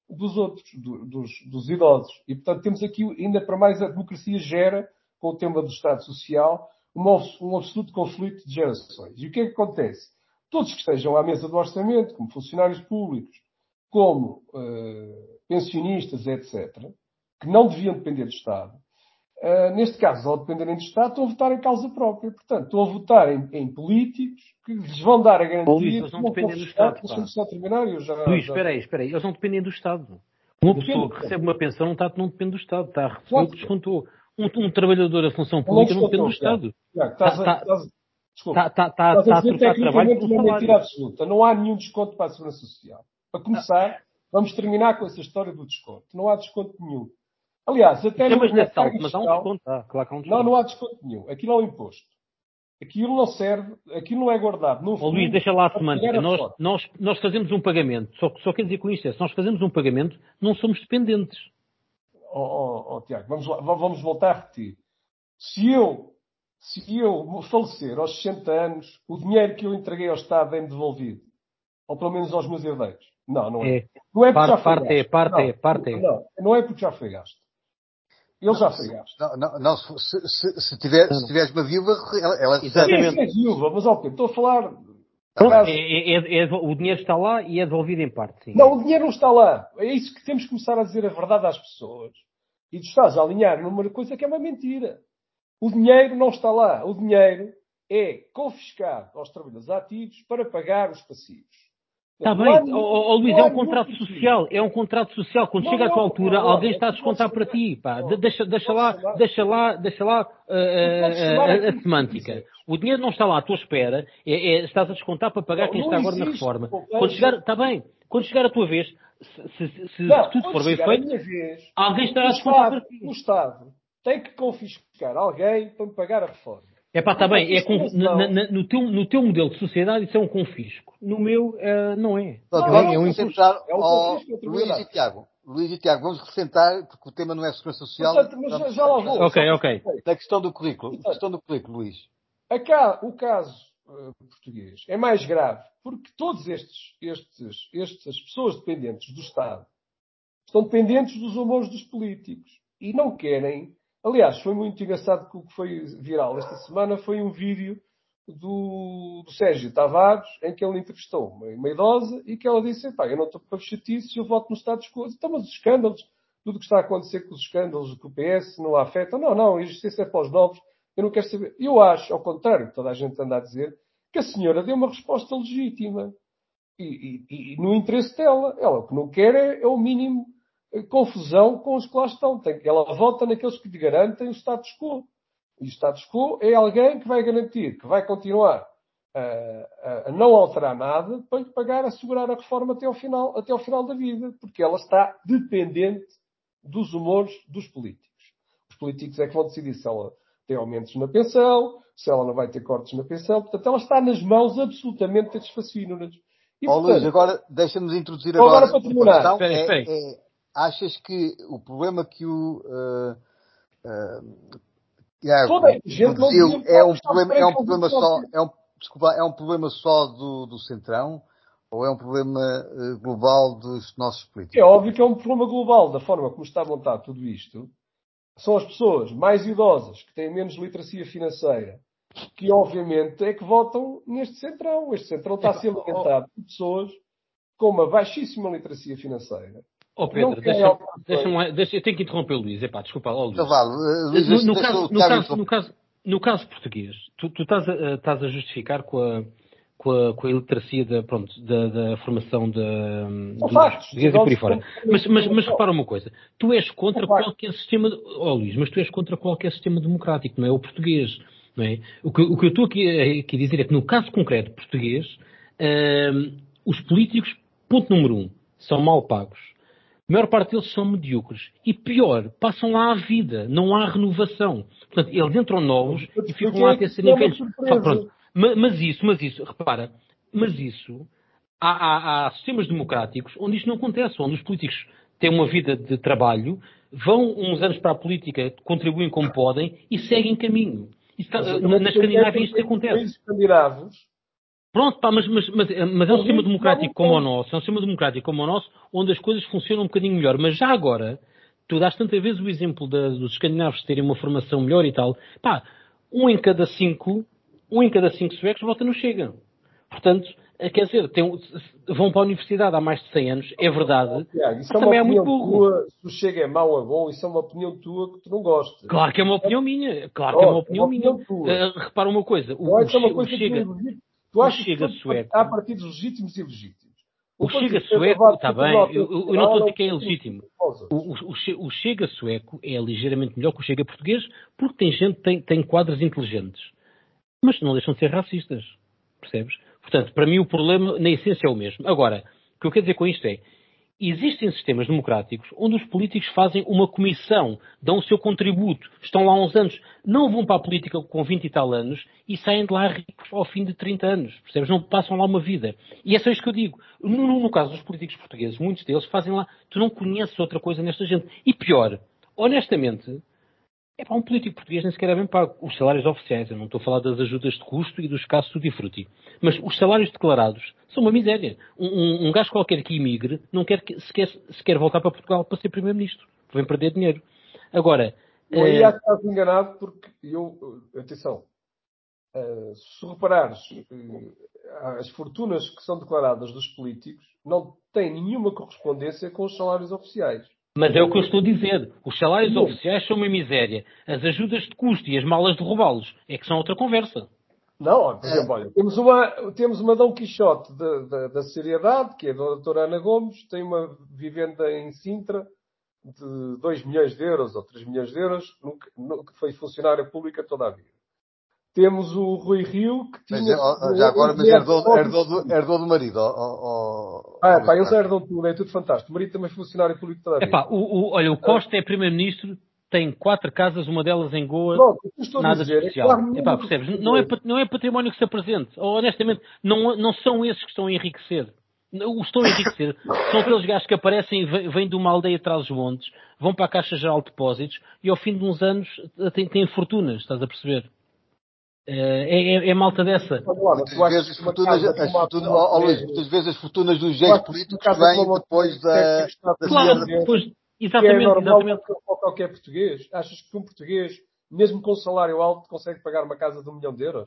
dos outros, do, dos, dos idosos. E, portanto, temos aqui, ainda para mais, a democracia gera, com o tema do Estado Social, uma, um absoluto conflito de gerações. E o que é que acontece? Todos que estejam à mesa do orçamento, como funcionários públicos, como uh, pensionistas, etcétera, que não deviam depender do Estado, uh, neste caso, ao dependerem do Estado, estão a votar em causa própria. Portanto, estão a votar em, em políticos que lhes vão dar a garantia... Oh, Luís, eles não dependem do Estado. Deixa-me só terminar. Eu já, Luís, já... espera aí, espera aí. Eles não dependem do Estado. Uma pessoa que recebe uma pensão não, está, não depende do Estado. Está a receber o que descontou. Um, um trabalhador da função pública não depende do Estado. Desculpa. Está, está, está a trocar trabalho por um uma salário. mentira absoluta. Não há nenhum desconto para a Segurança Social. Para começar, vamos terminar com essa história do desconto. Não há desconto nenhum. Aliás, até no Chamas-lhe assalto, mas há um desconto. Ah, claro que há um desconto. Não, não há desconto nenhum. Aquilo é um imposto. Aquilo não serve, aquilo não é guardado. Não oh, Luís, deixa lá a semântica. Nós, nós, nós fazemos um pagamento. Só, só quer dizer com isto é, se nós fazemos um pagamento, não somos dependentes. Oh, oh, oh Tiago, vamos, lá, vamos voltar a repetir. Se eu, se eu falecer aos sessenta anos, o dinheiro que eu entreguei ao Estado é-me devolvido. Ou pelo menos aos meus herdeiros. Não, não é. é. Não é porque parte, já foi parte gasto. É, parte não, é, parte não, é. não, não é porque já foi gasto. Ele já foi gasto. Não, não, não se, se, se, tiver, não, se tiveres uma viúva, ela, ela Exatamente. Sim, é viúva, mas ok, estou a falar... Pronto, é, é, é, o dinheiro está lá e é devolvido em parte, sim. Não, o dinheiro não está lá. É isso que temos que começar a dizer a verdade às pessoas. E tu estás a alinhar numa coisa que é uma mentira. O dinheiro não está lá. O dinheiro é confiscado aos trabalhadores ativos para pagar os passivos. Está bem, oh, oh, Luís, é um contrato social, é um contrato social. Quando não, chega à tua altura, não, alguém está a descontar para ti, pá. Não, deixa, deixa, lá, deixa lá, deixa lá, uh, uh, a, a semântica. O dinheiro não está lá à tua espera, é, é, estás a descontar para pagar quem está agora na reforma. Quando chegar, está bem, quando chegar a tua vez, se, se, se, se tudo for bem feito, vez, alguém estará a descontar para ti. O Estado tem que confiscar alguém para me pagar a reforma. É pá, está bem, é com, na, na, no, teu, no teu modelo de sociedade isso é um confisco. No meu, uh, não é. Não, não, é, é um imposto. É um confisco. Luís e Tiago, Luís e Tiago, vamos recentar, porque o tema não é segurança social. Portanto, mas já, já lá vou. Ok, ok. Na questão do currículo. Portanto, questão do currículo, Luís. Cá, o caso uh, português é mais grave, porque todos estes, estes, estas pessoas dependentes do Estado estão dependentes dos humores dos políticos e não querem. Aliás, foi muito engraçado que o que foi viral esta semana foi um vídeo do, do Sérgio Tavares, em que ele entrevistou uma, uma idosa e que ela disse: pá, eu não estou para chatice, eu voto no status quo. Então, mas os escândalos, tudo o que está a acontecer com os escândalos do P S não a afeta. Não, não, isto é para os novos, eu não quero saber. Eu acho, ao contrário que toda a gente anda a dizer, que a senhora deu uma resposta legítima. E, e, e no interesse dela. Ela o que não quer é, é o mínimo confusão com os que lá estão. Ela vota naqueles que lhe garantem o status quo. E o status quo é alguém que vai garantir, que vai continuar a, a, a não alterar nada para lhe pagar, assegurar a reforma até ao final, até ao final da vida. Porque ela está dependente dos humores dos políticos. Os políticos é que vão decidir se ela tem aumentos na pensão, se ela não vai ter cortes na pensão. Portanto, ela está nas mãos absolutamente destes fascínoras. E, Ó, portanto, Luís, agora deixa-nos introduzir agora, agora para terminar. É, é, achas que o problema que o uh, uh, Tiago produziu é um problema, é um problema só, é um, desculpa, é um problema só do, do Centrão ou é um problema uh, global dos nossos políticos? É óbvio que é um problema global da forma como está montado tudo isto. São as pessoas mais idosas que têm menos literacia financeira que obviamente é que votam neste Centrão. Este Centrão está a ser alimentado por pessoas com uma baixíssima literacia financeira. Oh Pedro, deixa, deixa, deixa, eu tenho que interromper o Luís. Epá, desculpa, oh, Luís. Então, vale, Luís, no, no, caso, no, caso, no, caso, no caso português, tu, tu estás, a, estás a justificar com a, com a, com a iliteracia da, pronto, da, da formação da, dos portugueses e por aí fora. Mas, mas, mas repara uma coisa, tu és contra qualquer sistema, oh Luís, mas tu és contra qualquer sistema democrático, não é? O português. Não é? o, que, o que eu estou aqui, aqui a dizer é que no caso concreto português, uh, os políticos, ponto número um, são mal pagos. A maior parte deles são medíocres. E pior, passam lá a vida. Não há renovação. Portanto, eles entram novos e ficam lá até serem velhos. Mas, mas isso, mas isso, repara, mas isso, há, há, há sistemas democráticos onde isto não acontece, onde os políticos têm uma vida de trabalho, vão uns anos para a política, contribuem como podem e seguem caminho. Isso, na Escandinávia isto acontece. Os escandinavos Pronto, pá, mas, mas, mas, mas é um sistema democrático como o nosso, é um sistema democrático como o nosso, onde as coisas funcionam um bocadinho melhor. Mas já agora, tu dás tantas vezes o exemplo da, dos escandinavos terem uma formação melhor e tal, pá, um em cada cinco, um em cada cinco suecos vota no Chega. Portanto, quer dizer, tem, vão para a universidade há mais de cem anos, é verdade, Tiago, isso mas é também uma é muito opinião burro. tua, se o Chega é mau ou bom, isso é uma opinião tua que tu não gostas. Claro que é uma opinião minha, claro que é uma opinião minha. Uh, repara uma coisa, o, não é o, só uma o coisa Chega, que tu o achas Chega que sueco, há partidos legítimos e ilegítimos. o, o Chega partido sueco, está do bem, Norte eu, eu não estou a dizer que é um ilegítimo. O, o, o Chega sueco é ligeiramente melhor que o Chega português, porque tem gente, tem, tem quadros inteligentes. Mas não deixam de ser racistas, percebes? Portanto, para mim o problema, na essência, é o mesmo. Agora, o que eu quero dizer com isto é, existem sistemas democráticos onde os políticos fazem uma comissão, dão o seu contributo, estão lá uns anos, não vão para a política com vinte e tal anos e saem de lá ricos ao fim de trinta anos, percebes? Não passam lá uma vida. E é só isso que eu digo. No, no, no caso dos políticos portugueses, muitos deles fazem lá, tu não conheces outra coisa nesta gente. E pior, honestamente, é para um político português nem sequer é bem pago. Os salários oficiais, eu não estou a falar das ajudas de custo e dos casos tutti frutti, mas os salários declarados são uma miséria. Um, um, um gajo qualquer que imigre não quer que, sequer, sequer voltar para Portugal para ser primeiro-ministro. Vem perder dinheiro. Agora... Eu aí eh, acho que estás enganado porque eu... Atenção. Uh, se reparares, uh, as fortunas que são declaradas dos políticos não têm nenhuma correspondência com os salários oficiais. Mas é o que eu estou a dizer. Os salários Sim. oficiais são uma miséria. As ajudas de custo e as malas de roubá-los é que são outra conversa. Não, por exemplo, olha, temos uma, temos uma Dom Quixote da, da, da seriedade, que é a doutora Ana Gomes, tem uma vivenda em Sintra de dois milhões de euros ou três milhões de euros, no, que foi funcionária pública toda a vida. Temos o Rui Rio, que tinha... Mas, já agora, mas herdou, herdou, do, herdou do marido. Ó, ó, ah, pá, eles herdam tudo, é tudo fantástico. O marido também é funcionário público toda a vida. Epá, o, o, olha, o Costa é primeiro-ministro, tem quatro casas, uma delas em Goa, Pronto, o que estou nada a dizer especial. é que Epá, percebes? Não é, não é património que se apresente. Ou, honestamente, não, não são esses que estão a enriquecer. Os que estão a enriquecer são aqueles gajos que aparecem, vêm de uma aldeia atrás dos montes, vão para a Caixa Geral de Depósitos e ao fim de uns anos têm, têm fortunas, estás a perceber? É, é, é malta dessa. Muitas vezes as fortunas, as fortunas, oh, Luís, muitas vezes as fortunas dos ex-políticos vêm depois da, da claro, depois, que exatamente, é normal exatamente. para qualquer português. Achas que um português, mesmo com um salário alto, consegue pagar uma casa de um milhão de euros?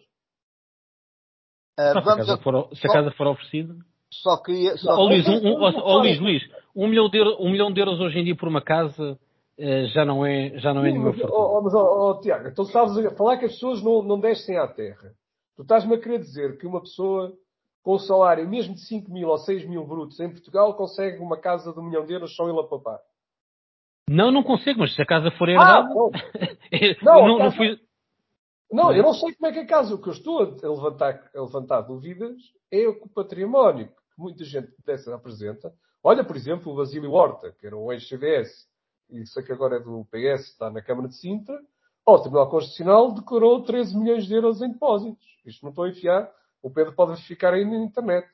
Uh, Pá, se, a casa for, se a casa for oferecida. Só queria. Só... Oh, Luís, um, um, oh, Luís, Luís, um milhão, de euros, um milhão de euros hoje em dia por uma casa uh, já não é, já não é Sim, nenhuma mas, fortuna. oh, mas oh, oh, Tiago, então sabes a falar que as pessoas não, não descem à terra. Tu estás-me a querer dizer que uma pessoa com um salário mesmo de cinco mil ou seis mil brutos em Portugal consegue uma casa de um milhão de euros só ele a papar? Não, não consigo, mas se a casa for herdada. Ah, não. eu não, não, casa... não fui. Não, eu não sei como é que é a casa. O que eu estou a levantar, a levantar dúvidas é o património que muita gente dessa apresenta. Olha, por exemplo, o Basílio Horta, que era um ex-C D S, e sei que agora é do P S, está na Câmara de Sintra. O Tribunal Constitucional declarou treze milhões de euros em depósitos. Isto não estou a enfiar. O Pedro pode ficar aí na internet.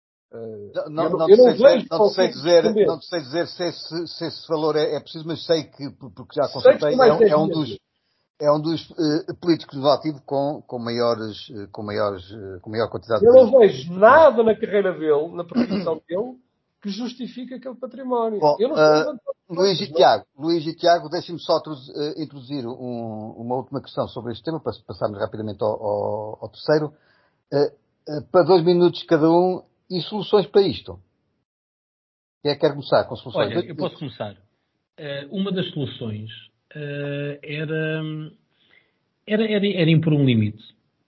Uh, não, eu, não, eu não, sei dizer, não, te sei dizer, não te sei dizer se esse, se esse valor é, é preciso, mas sei que, porque já constatei, é, é um dos, é um dos uh, políticos do ativo com, com, maiores, uh, com, maiores, uh, com maior quantidade eu de... Eu não vejo nada na carreira dele, na profissão dele, que justifique aquele património. Bom, eu não estou uh, Luís e Tiago, Luís e Tiago, deixem-me só uh, introduzir um, uma última questão sobre este tema, para passarmos rapidamente ao, ao, ao terceiro. Uh, uh, para dois minutos cada um, e soluções para isto? Quem é que quer começar com soluções? Olha, eu posso começar. Uh, uma das soluções uh, era, era, era, era impor um limite.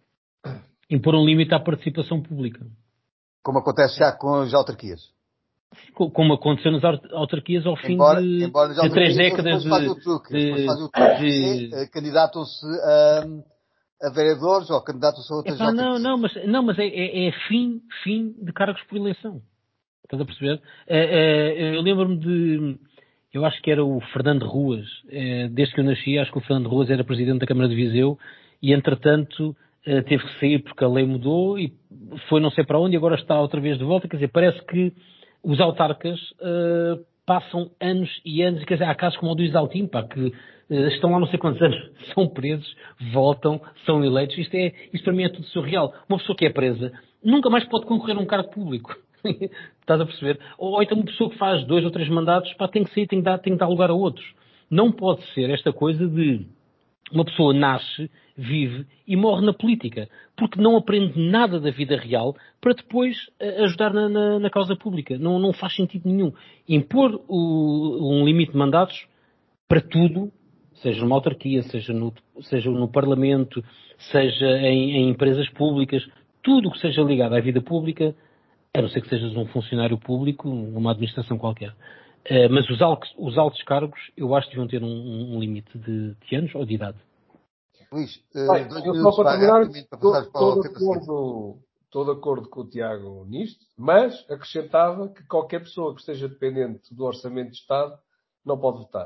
Impor um limite à participação pública. Como acontece já com as autarquias. Como aconteceu nas autarquias ao fim embora, de, embora de três décadas de... Fazem o truque, de, de... de... candidatam-se a, a vereadores ou candidatam-se a outras Epá, autarquias. Não, não, mas, não, mas é, é, é fim, fim de cargos por eleição. Estás a perceber? É, é, eu lembro-me de... Eu acho que era o Fernando Ruas. É, desde que eu nasci, acho que o Fernando Ruas era presidente da Câmara de Viseu e, entretanto, é, teve que sair porque a lei mudou e foi não sei para onde e agora está outra vez de volta. Quer dizer, parece que os autarcas uh, passam anos e anos, quer dizer, há casos como o do Isaltino, pá, que uh, estão lá não sei quantos anos, são presos, voltam, são eleitos. Isto, é, isto para mim é tudo surreal. Uma pessoa que é presa nunca mais pode concorrer a um cargo público. Estás a perceber? Ou, ou então uma pessoa que faz dois ou três mandatos, pá, tem que sair, tem que dar, tem que dar lugar a outros. Não pode ser esta coisa de uma pessoa nasce, vive e morre na política, porque não aprende nada da vida real para depois uh, ajudar na, na, na causa pública. Não, não faz sentido nenhum. Impor o, um limite de mandatos para tudo, seja numa autarquia, seja no, seja no Parlamento, seja em, em empresas públicas, tudo o que seja ligado à vida pública, a não ser que sejas um funcionário público, numa administração qualquer. Uh, mas os altos, os altos cargos, eu acho que deviam ter um, um limite de, de anos ou de idade. Luís, Bem, uh, dois eu minutos, só para vai, terminar, rapidamente, para passar para estou o de tema seguinte. acordo, estou de acordo com o Tiago nisto, mas acrescentava que qualquer pessoa que esteja dependente do Orçamento de Estado não pode votar.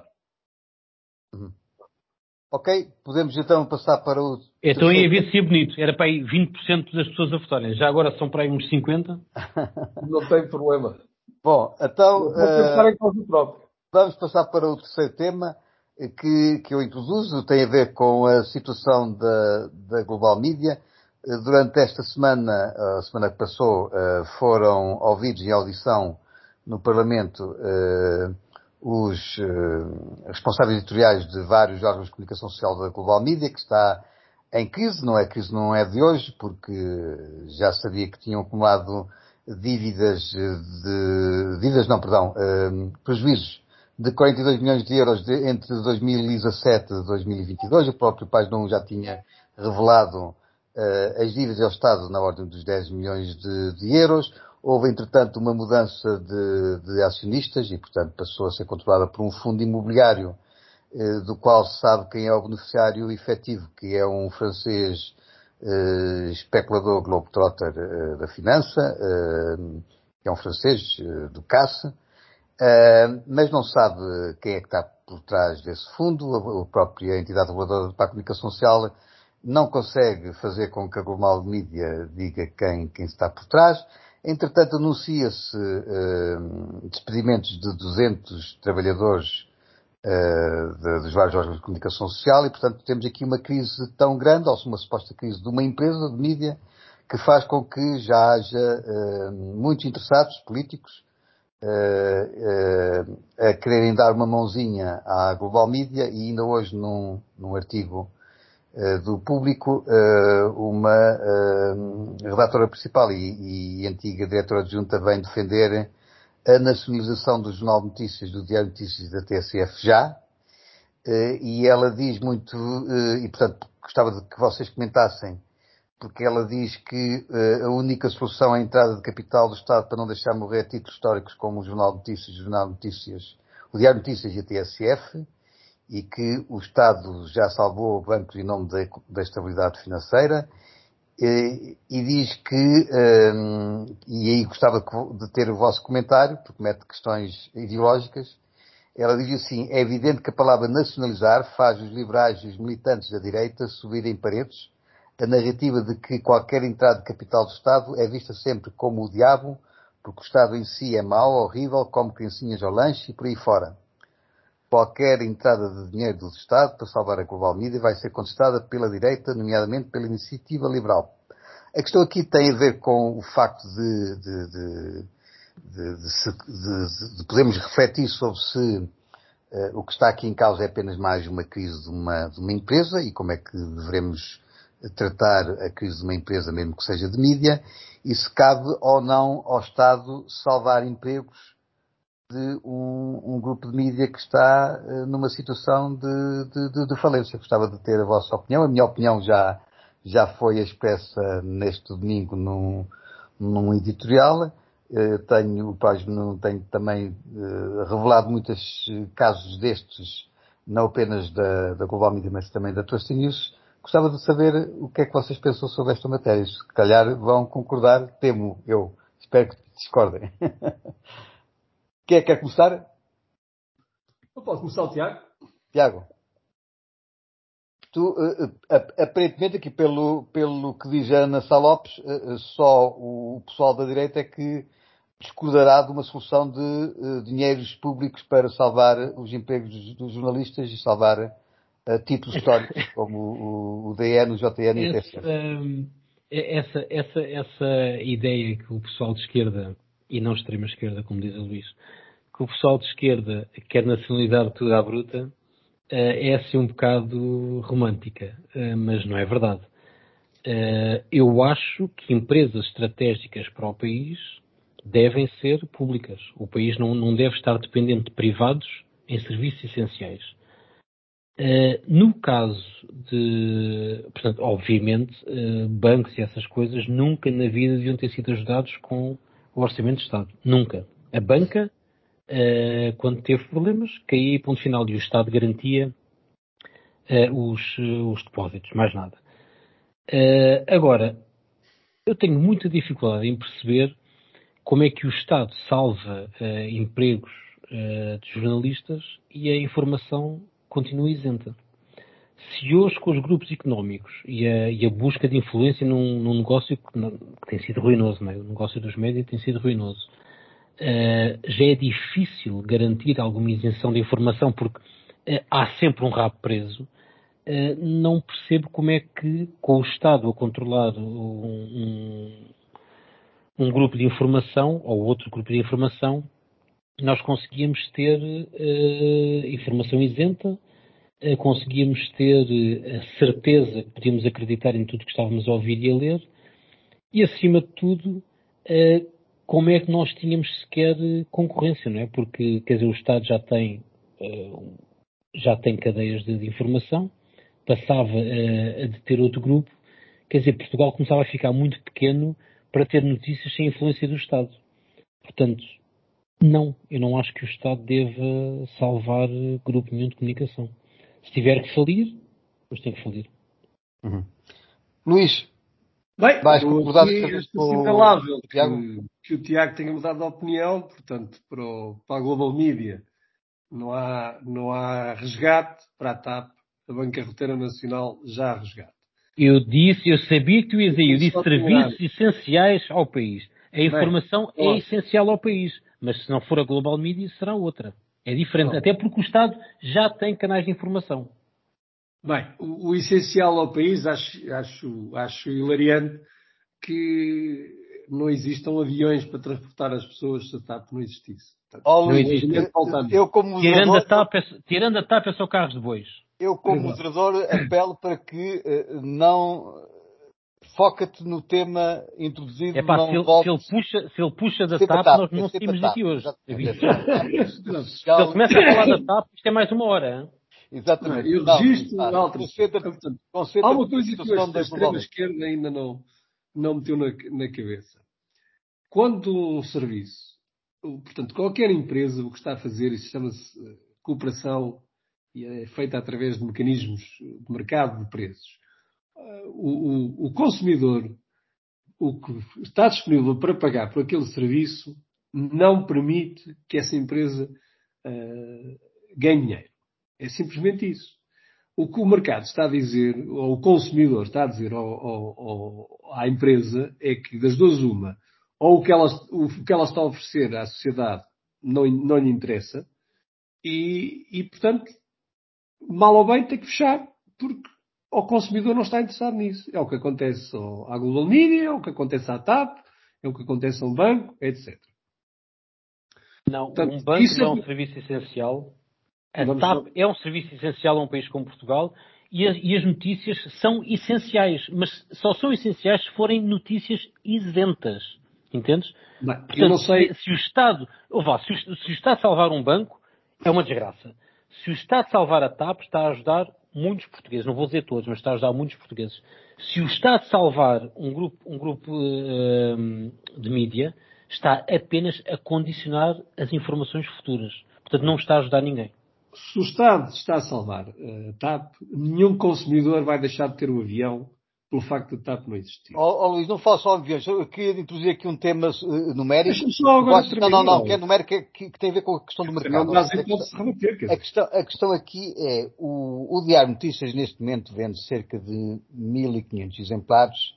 Uhum. Ok, podemos então passar para o Então ia terceiro ver tema. se ia bonito. Era para aí vinte por cento das pessoas a votarem. Já agora são para aí uns cinquenta por cento. Não tem problema. Bom, então Não pode pensar uh, em causa própria. vamos passar para o terceiro tema eh, que, que eu introduzo, tem a ver com a situação da, da Global Media. Eh, Durante esta semana, a semana que passou, eh, foram ouvidos em audição no Parlamento eh, os eh, responsáveis editoriais de vários órgãos de comunicação social da Global Media, que está em crise. Não é crise, não é de hoje, porque já sabia que tinham acumulado dívidas de, dívidas não, perdão, eh, prejuízos de quarenta e dois milhões de euros de, entre dois mil e dezassete e dois mil e vinte e dois. O próprio Página um já tinha revelado uh, as dívidas ao Estado na ordem dos dez milhões de, de euros. Houve, entretanto, uma mudança de, de acionistas e, portanto, passou a ser controlada por um fundo imobiliário uh, do qual se sabe quem é o beneficiário efetivo, que é um francês uh, especulador globetrotter uh, da finança, uh, que é um francês uh, do C A S. Uh, mas não sabe quem é que está por trás desse fundo. A, a própria entidade reguladora para a comunicação social não consegue fazer com que a Global Media diga quem, quem está por trás. Entretanto, anuncia-se uh, despedimentos de duzentos trabalhadores uh, de, dos vários órgãos de comunicação social e, portanto, temos aqui uma crise tão grande, ou uma suposta crise de uma empresa de mídia, que faz com que já haja uh, muitos interessados políticos Uh, uh, a quererem dar uma mãozinha à Global Media, e ainda hoje num, num artigo uh, do Público, uh, uma uh, redatora principal e, e antiga diretora adjunta vem defender a nacionalização do Jornal de Notícias, do Diário de Notícias da T S F já, uh, e ela diz muito, uh, e portanto gostava de que vocês comentassem, porque ela diz que uh, a única solução é a entrada de capital do Estado para não deixar morrer títulos históricos como o Jornal de Notícias, o Jornal de Notícias, o Diário de Notícias e a T S F, e que o Estado já salvou bancos em nome da, da estabilidade financeira, e, e diz que, um, e aí gostava de ter o vosso comentário, porque mete questões ideológicas. Ela diz assim: é evidente que a palavra nacionalizar faz os liberais e os militantes da direita subirem paredes. A narrativa de que qualquer entrada de capital do Estado é vista sempre como o diabo, porque o Estado em si é mau, horrível, como criancinhas ao lanche e por aí fora. Qualquer entrada de dinheiro do Estado para salvar a Global Media vai ser contestada pela direita, nomeadamente pela Iniciativa Liberal. A questão aqui tem a ver com o facto de, de, de, de, de, de podermos refletir sobre se uh, o que está aqui em causa é apenas mais uma crise de uma, de uma empresa e como é que devemos tratar a crise de uma empresa, mesmo que seja de mídia, e se cabe ou não ao Estado salvar empregos de um, um grupo de mídia que está uh, numa situação de, de, de, de falência. Gostava de ter a vossa opinião. A minha opinião já, já foi expressa neste domingo num, num editorial. Uh, tenho, o Página tenho também uh, revelado muitos casos destes, não apenas da, da Global Media, mas também da Trusty News. Gostava de saber o que é que vocês pensam sobre esta matéria. Se calhar vão concordar, temo eu. Espero que discordem. Quem é que quer começar? Eu posso começar o Tiago? Tiago. Tu, uh, uh, aparentemente aqui pelo, pelo que diz a Ana Salopes, uh, uh, só o pessoal da direita é que discordará de uma solução de uh, dinheiros públicos para salvar os empregos dos, dos jornalistas e salvar uh, títulos históricos como o, o D N, o J N e essa, etcétera. essa, essa, essa ideia que o pessoal de esquerda, e não extrema esquerda, como diz o Luís, que o pessoal de esquerda quer nacionalizar tudo à bruta, é assim um bocado romântica, mas não é verdade. Eu acho que empresas estratégicas para o país devem ser públicas. O país não, não deve estar dependente de privados em serviços essenciais. No caso de, portanto, obviamente, bancos e essas coisas nunca na vida deviam ter sido ajudados com o Orçamento de Estado. Nunca. A banca, quando teve problemas, caía ponto final e o Estado garantia os, os depósitos, mais nada. Agora, eu tenho muita dificuldade em perceber como é que o Estado salva uh, empregos uh, de jornalistas e a informação continua isenta. Se hoje, com os grupos económicos e a, e a busca de influência num, num negócio que, não, que tem sido ruinoso, não é? O negócio dos médias tem sido ruinoso, uh, já é difícil garantir alguma isenção de informação porque uh, há sempre um rabo preso. Uh, não percebo como é que, com o Estado a controlar um, um um grupo de informação ou outro grupo de informação, nós conseguíamos ter uh, informação isenta, uh, conseguíamos ter uh, a certeza que podíamos acreditar em tudo que estávamos a ouvir e a ler, e acima de tudo, uh, como é que nós tínhamos sequer concorrência, não é? Porque, quer dizer, o Estado já tem, uh, já tem cadeias de, de informação, passava uh, a de ter outro grupo, quer dizer, Portugal começava a ficar muito pequeno para ter notícias sem influência do Estado. Portanto, não, eu não acho que o Estado deva salvar grupo nenhum de comunicação. Se tiver que falir, depois tem que falir. Uhum. Luís, bem, vais eu concordar aqui desta vez estou com assinalável o Tiago? que, que o Tiago tenha mudado de opinião, portanto, para, o, para a Global Media não há, não há resgate, para a TAP, a Bancarroteira Nacional já há resgate. Eu disse, eu sabia que tu ias dizer, eu disse serviços terminar. essenciais ao país. A informação Bem, é essencial ao país, mas se não for a Global Media, será outra. É diferente, não. até porque o Estado já tem canais de informação. Bem, o, o essencial ao país, acho, acho, acho hilariante que não existam aviões para transportar as pessoas se a TAP não existisse. Portanto, Oh, Não Luís, existe. eu como Tirando a moderador, TAP, é- tirando a TAP é só carros de bois. eu como moderador apelo para que uh, não foca-te no tema introduzido, É pá, não se ele, se ele voltes puxa, se ele puxa da sempre a TAP, TAP, nós é não sempre a saímos TAP, daqui hoje. exatamente, é sempre a TAP, a segurança Se ele social, começa a falar da TAP, isto é mais uma hora. Hein? exatamente. Eu Não, Luís, registro vá, altríssimo. concentra-te Portanto, há concentra-te uma na coisa que situação hoje a da Global Media. extrema-esquerda ainda não, não meteu na, na cabeça. Quando um serviço, portanto, qualquer empresa, o que está a fazer, isso chama-se cooperação e é feita através de mecanismos de mercado de preços. O, o, o consumidor, o que está disponível para pagar por aquele serviço, não permite que essa empresa uh, ganhe dinheiro. É simplesmente isso. O que o mercado está a dizer, ou o consumidor está a dizer ao, ao, ao, à empresa, é que das duas uma, ou o que ela, o que ela está a oferecer à sociedade não, não lhe interessa, e, e, portanto, mal ou bem tem que fechar, porque o consumidor não está interessado nisso. É o que acontece à Global Media, é o que acontece à TAP, é o que acontece a um banco, etcétera. Não, Portanto, um banco isso não é um é... serviço essencial. A Vamos TAP só... é um serviço essencial a um país como Portugal e as, e as notícias são essenciais, mas só são essenciais se forem notícias isentas. Entendes? Bem, Portanto, eu não sei... se, se o Estado, ou vá, se, o, se o Estado salvar um banco, é uma desgraça. Se o Estado salvar a TAP, está a ajudar muitos portugueses. Não vou dizer todos, mas está a ajudar muitos portugueses. Se o Estado salvar um grupo, um grupo uh, de mídia, está apenas a condicionar as informações futuras. Portanto, não está a ajudar ninguém. Se o Estado está a salvar a TAP, nenhum consumidor vai deixar de ter o avião pelo facto de a TAP não existir. Oh, oh, Luís, não falo só de aviões. Eu queria introduzir aqui um tema uh, numérico. Deixa-me só agora Gosto... terminar. Não, não, não, que é numérico que, que, que tem a ver com a questão do mercado. Não dá a, hipótese de rebater, quer a, dizer. questão, a questão aqui é, o, o Diário Notícias neste momento vende cerca de mil e quinhentos exemplares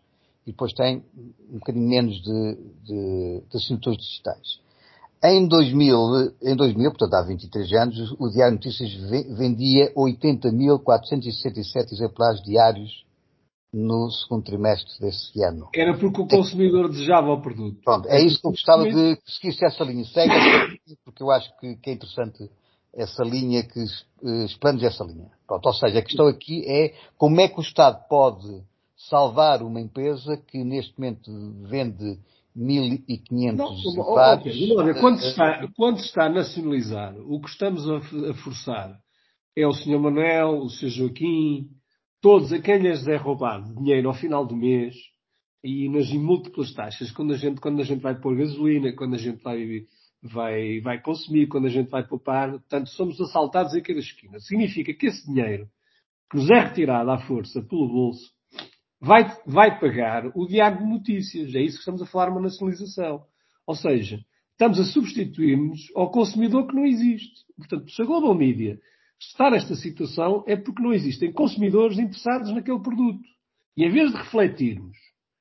e depois tem um bocadinho menos de, de, de assinaturas digitais. Em dois mil, em dois mil, portanto há vinte e três anos, o Diário de Notícias vendia oitenta mil quatrocentos e sessenta e sete exemplares diários no segundo trimestre desse ano. Era porque o consumidor desejava o produto. Pronto, é isso que eu gostava de que seguisse essa linha. Segue essa linha, porque eu acho que, que é interessante essa linha, que uh, explane essa linha. Pronto, ou seja, a questão aqui é como é que o Estado pode salvar uma empresa que neste momento vende mil e quinhentos exemplares. Okay. Quando, se está, quando se está a nacionalizar, o que estamos a, a forçar é o senhor Manuel, o senhor Joaquim, todos a quem lhes é roubado dinheiro ao final do mês e nas múltiplas taxas, quando a gente, quando a gente vai pôr gasolina, quando a gente vai, vai, vai consumir, quando a gente vai poupar, portanto somos assaltados em cada esquina. Significa que esse dinheiro que nos é retirado à força pelo bolso vai, vai pagar o Diário de Notícias. É isso que estamos a falar, uma nacionalização. Ou seja, estamos a substituir-nos ao consumidor que não existe. Portanto, se a Global Media está nesta situação é porque não existem consumidores interessados naquele produto. E em vez de refletirmos,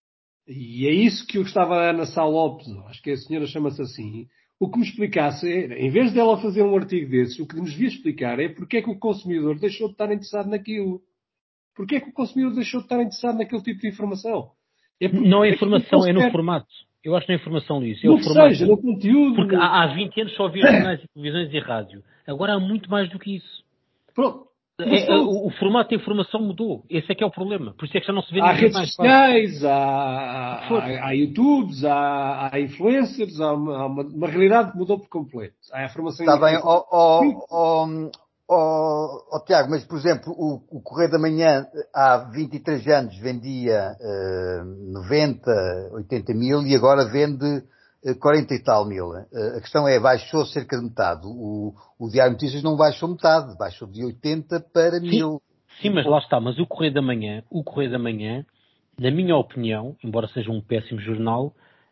e é isso que eu gostava da Ana Sá Lopes, acho que a senhora chama-se assim, o que me explicasse, era, em vez dela fazer um artigo desses, o que nos devia explicar é porque é que o consumidor deixou de estar interessado naquilo. Porque é que o consumidor deixou de estar interessado naquele tipo de informação? É não é informação, é no formato. Eu acho que não é informação, Luís. É no o que formato. seja, no conteúdo. Porque no... há, há vinte anos só havia jornais e televisões e rádio. Agora há muito mais do que isso. Pronto. É, o, o formato de informação mudou. Esse é que é o problema. Por isso é que já não se vê Há ninguém redes mais sociais, há, há, há YouTubes, há, há influencers, há, uma, há uma, uma realidade que mudou por completo. Há a formação. Está bem, ó oh, oh, oh, oh, Tiago, mas por exemplo, o, o Correio da Manhã há vinte e três anos vendia uh, noventa, oitenta mil e agora vende uh, quarenta e tal mil. Uh, a questão é, baixou cerca de metade. O, o Diário de Notícias não baixou metade, baixou de oitenta para mil. Sim, mas lá está. Mas o Correio da Manhã, o Correio da Manhã, na minha opinião, embora seja um péssimo jornal,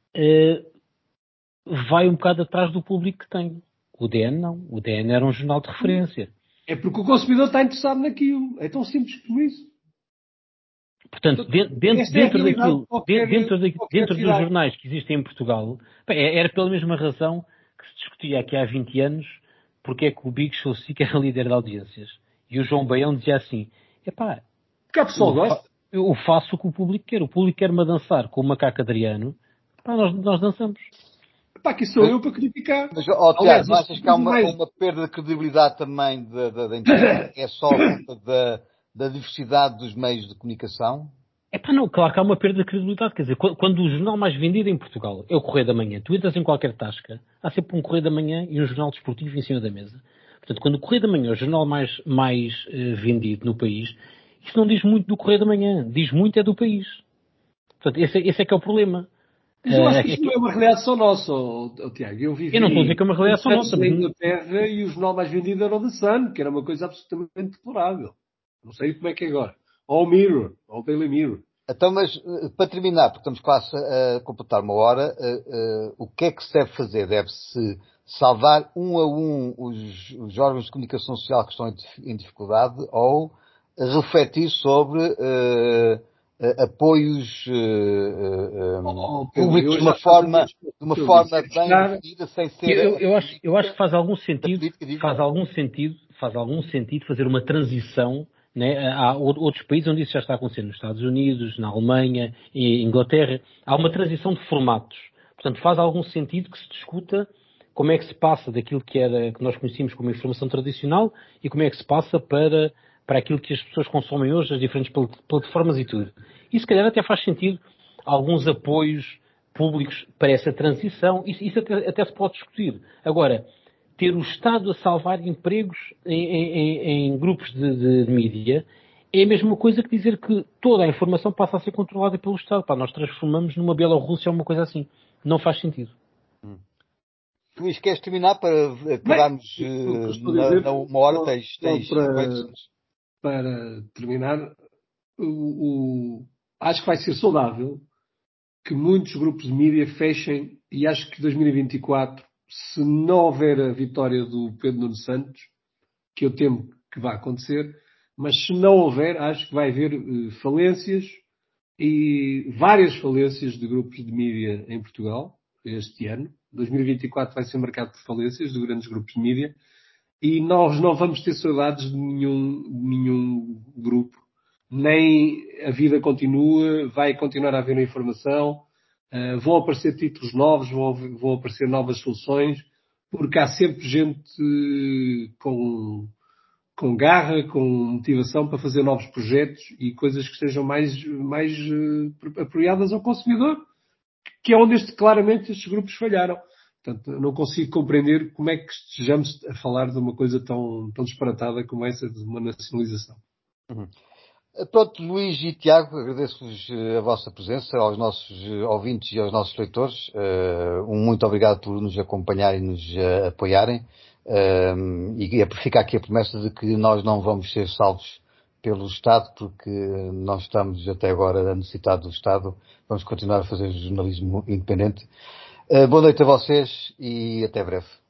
uh, vai um bocado atrás do público que tem. O D N não. O D N era um jornal de referência. É porque o consumidor está interessado naquilo. É tão simples como isso. Portanto, dentro, dentro, dentro daquilo, qualquer, dentro, de, dentro dos jornais que existem em Portugal, era pela mesma razão que se discutia aqui há vinte anos porque é que o Big Show Sick era líder de audiências. E o João Baião dizia assim, epá, porque a pessoa gosta. Eu faço o que o público quer. O público quer-me a dançar com o macaco Adriano. Epá, nós, nós dançamos. Epá, que sou mas, eu para criticar. Mas, ó, Tiago, Aliás, não achas que há uma, mais... uma perda de credibilidade também da, da, da empresa? É só a culpa da, da diversidade dos meios de comunicação? É pá, não, claro que há uma perda de credibilidade. Quer dizer, quando o jornal mais vendido em Portugal é o Correio da Manhã, tu entras em qualquer tasca, há sempre um Correio da Manhã e um jornal desportivo em cima da mesa. Portanto, quando o Correio da Manhã é o jornal mais, mais uh, vendido no país, isso não diz muito do Correio da Manhã, diz muito é do país. Portanto, esse, esse é que é o problema. Mas eu acho que isto não é uma realidade só nossa, oh, oh, Tiago. Eu vivi eu não estou a dizer que é uma realidade só nossa. Na Inglaterra e o jornal mais vendido era o The Sun, que era uma coisa absolutamente deplorável. Não sei como é que é agora. Ou o Mirror, ou o Daily Mirror. Então, mas para terminar, porque estamos quase a completar uma hora, uh, uh, o que é que se deve fazer? Deve-se salvar um a um os, os órgãos de comunicação social que estão em dificuldade ou refletir sobre uh, uh, apoios uh, uh, um, públicos de uma forma, de uma forma bem definida, sem ser... Eu, eu, acho, eu acho que faz algum sentido, faz algum sentido, faz algum sentido fazer uma transição. Né? Há outros países onde isso já está acontecendo, nos Estados Unidos, na Alemanha, em Inglaterra. Há uma transição de formatos. Portanto, faz algum sentido que se discuta como é que se passa daquilo que, era, que nós conhecíamos como informação tradicional e como é que se passa para, para aquilo que as pessoas consomem hoje, as diferentes plataformas e tudo. E se calhar até faz sentido alguns apoios públicos para essa transição. Isso, isso até, até se pode discutir. Agora, ter o Estado a salvar empregos em, em, em grupos de, de, de mídia é a mesma coisa que dizer que toda a informação passa a ser controlada pelo Estado. Pá, nós transformamos numa Bielorrússia ou uma coisa assim. Não faz sentido. Hum. Luís, queres terminar para acabarmos uh, na, na uma hora? Só, tens, tens para, para terminar, o, o, acho que vai ser saudável que muitos grupos de mídia fechem e acho que dois mil e vinte e quatro, se não houver a vitória do Pedro Nuno Santos, que eu temo que vai acontecer, mas se não houver, acho que vai haver uh, falências e várias falências de grupos de mídia em Portugal este ano. dois mil e vinte e quatro vai ser marcado por falências de grandes grupos de mídia e nós não vamos ter saudades de nenhum, de nenhum grupo. Nem a vida continua, vai continuar a haver informação, uh, vão aparecer títulos novos, vão, vão aparecer novas soluções, porque há sempre gente com, com garra, com motivação para fazer novos projetos e coisas que sejam mais, mais uh, apoiadas ao consumidor, que é onde este, claramente estes grupos falharam. Portanto, não consigo compreender como é que estejamos a falar de uma coisa tão, tão disparatada como essa de uma nacionalização. Uhum. Pronto, Luís e Tiago, agradeço-vos a vossa presença, aos nossos ouvintes e aos nossos leitores. Um muito obrigado por nos acompanharem e nos apoiarem. E fica aqui a promessa de que nós não vamos ser salvos pelo Estado, porque nós estamos até agora a necessitar do Estado. Vamos continuar a fazer jornalismo independente. Boa noite a vocês e até breve.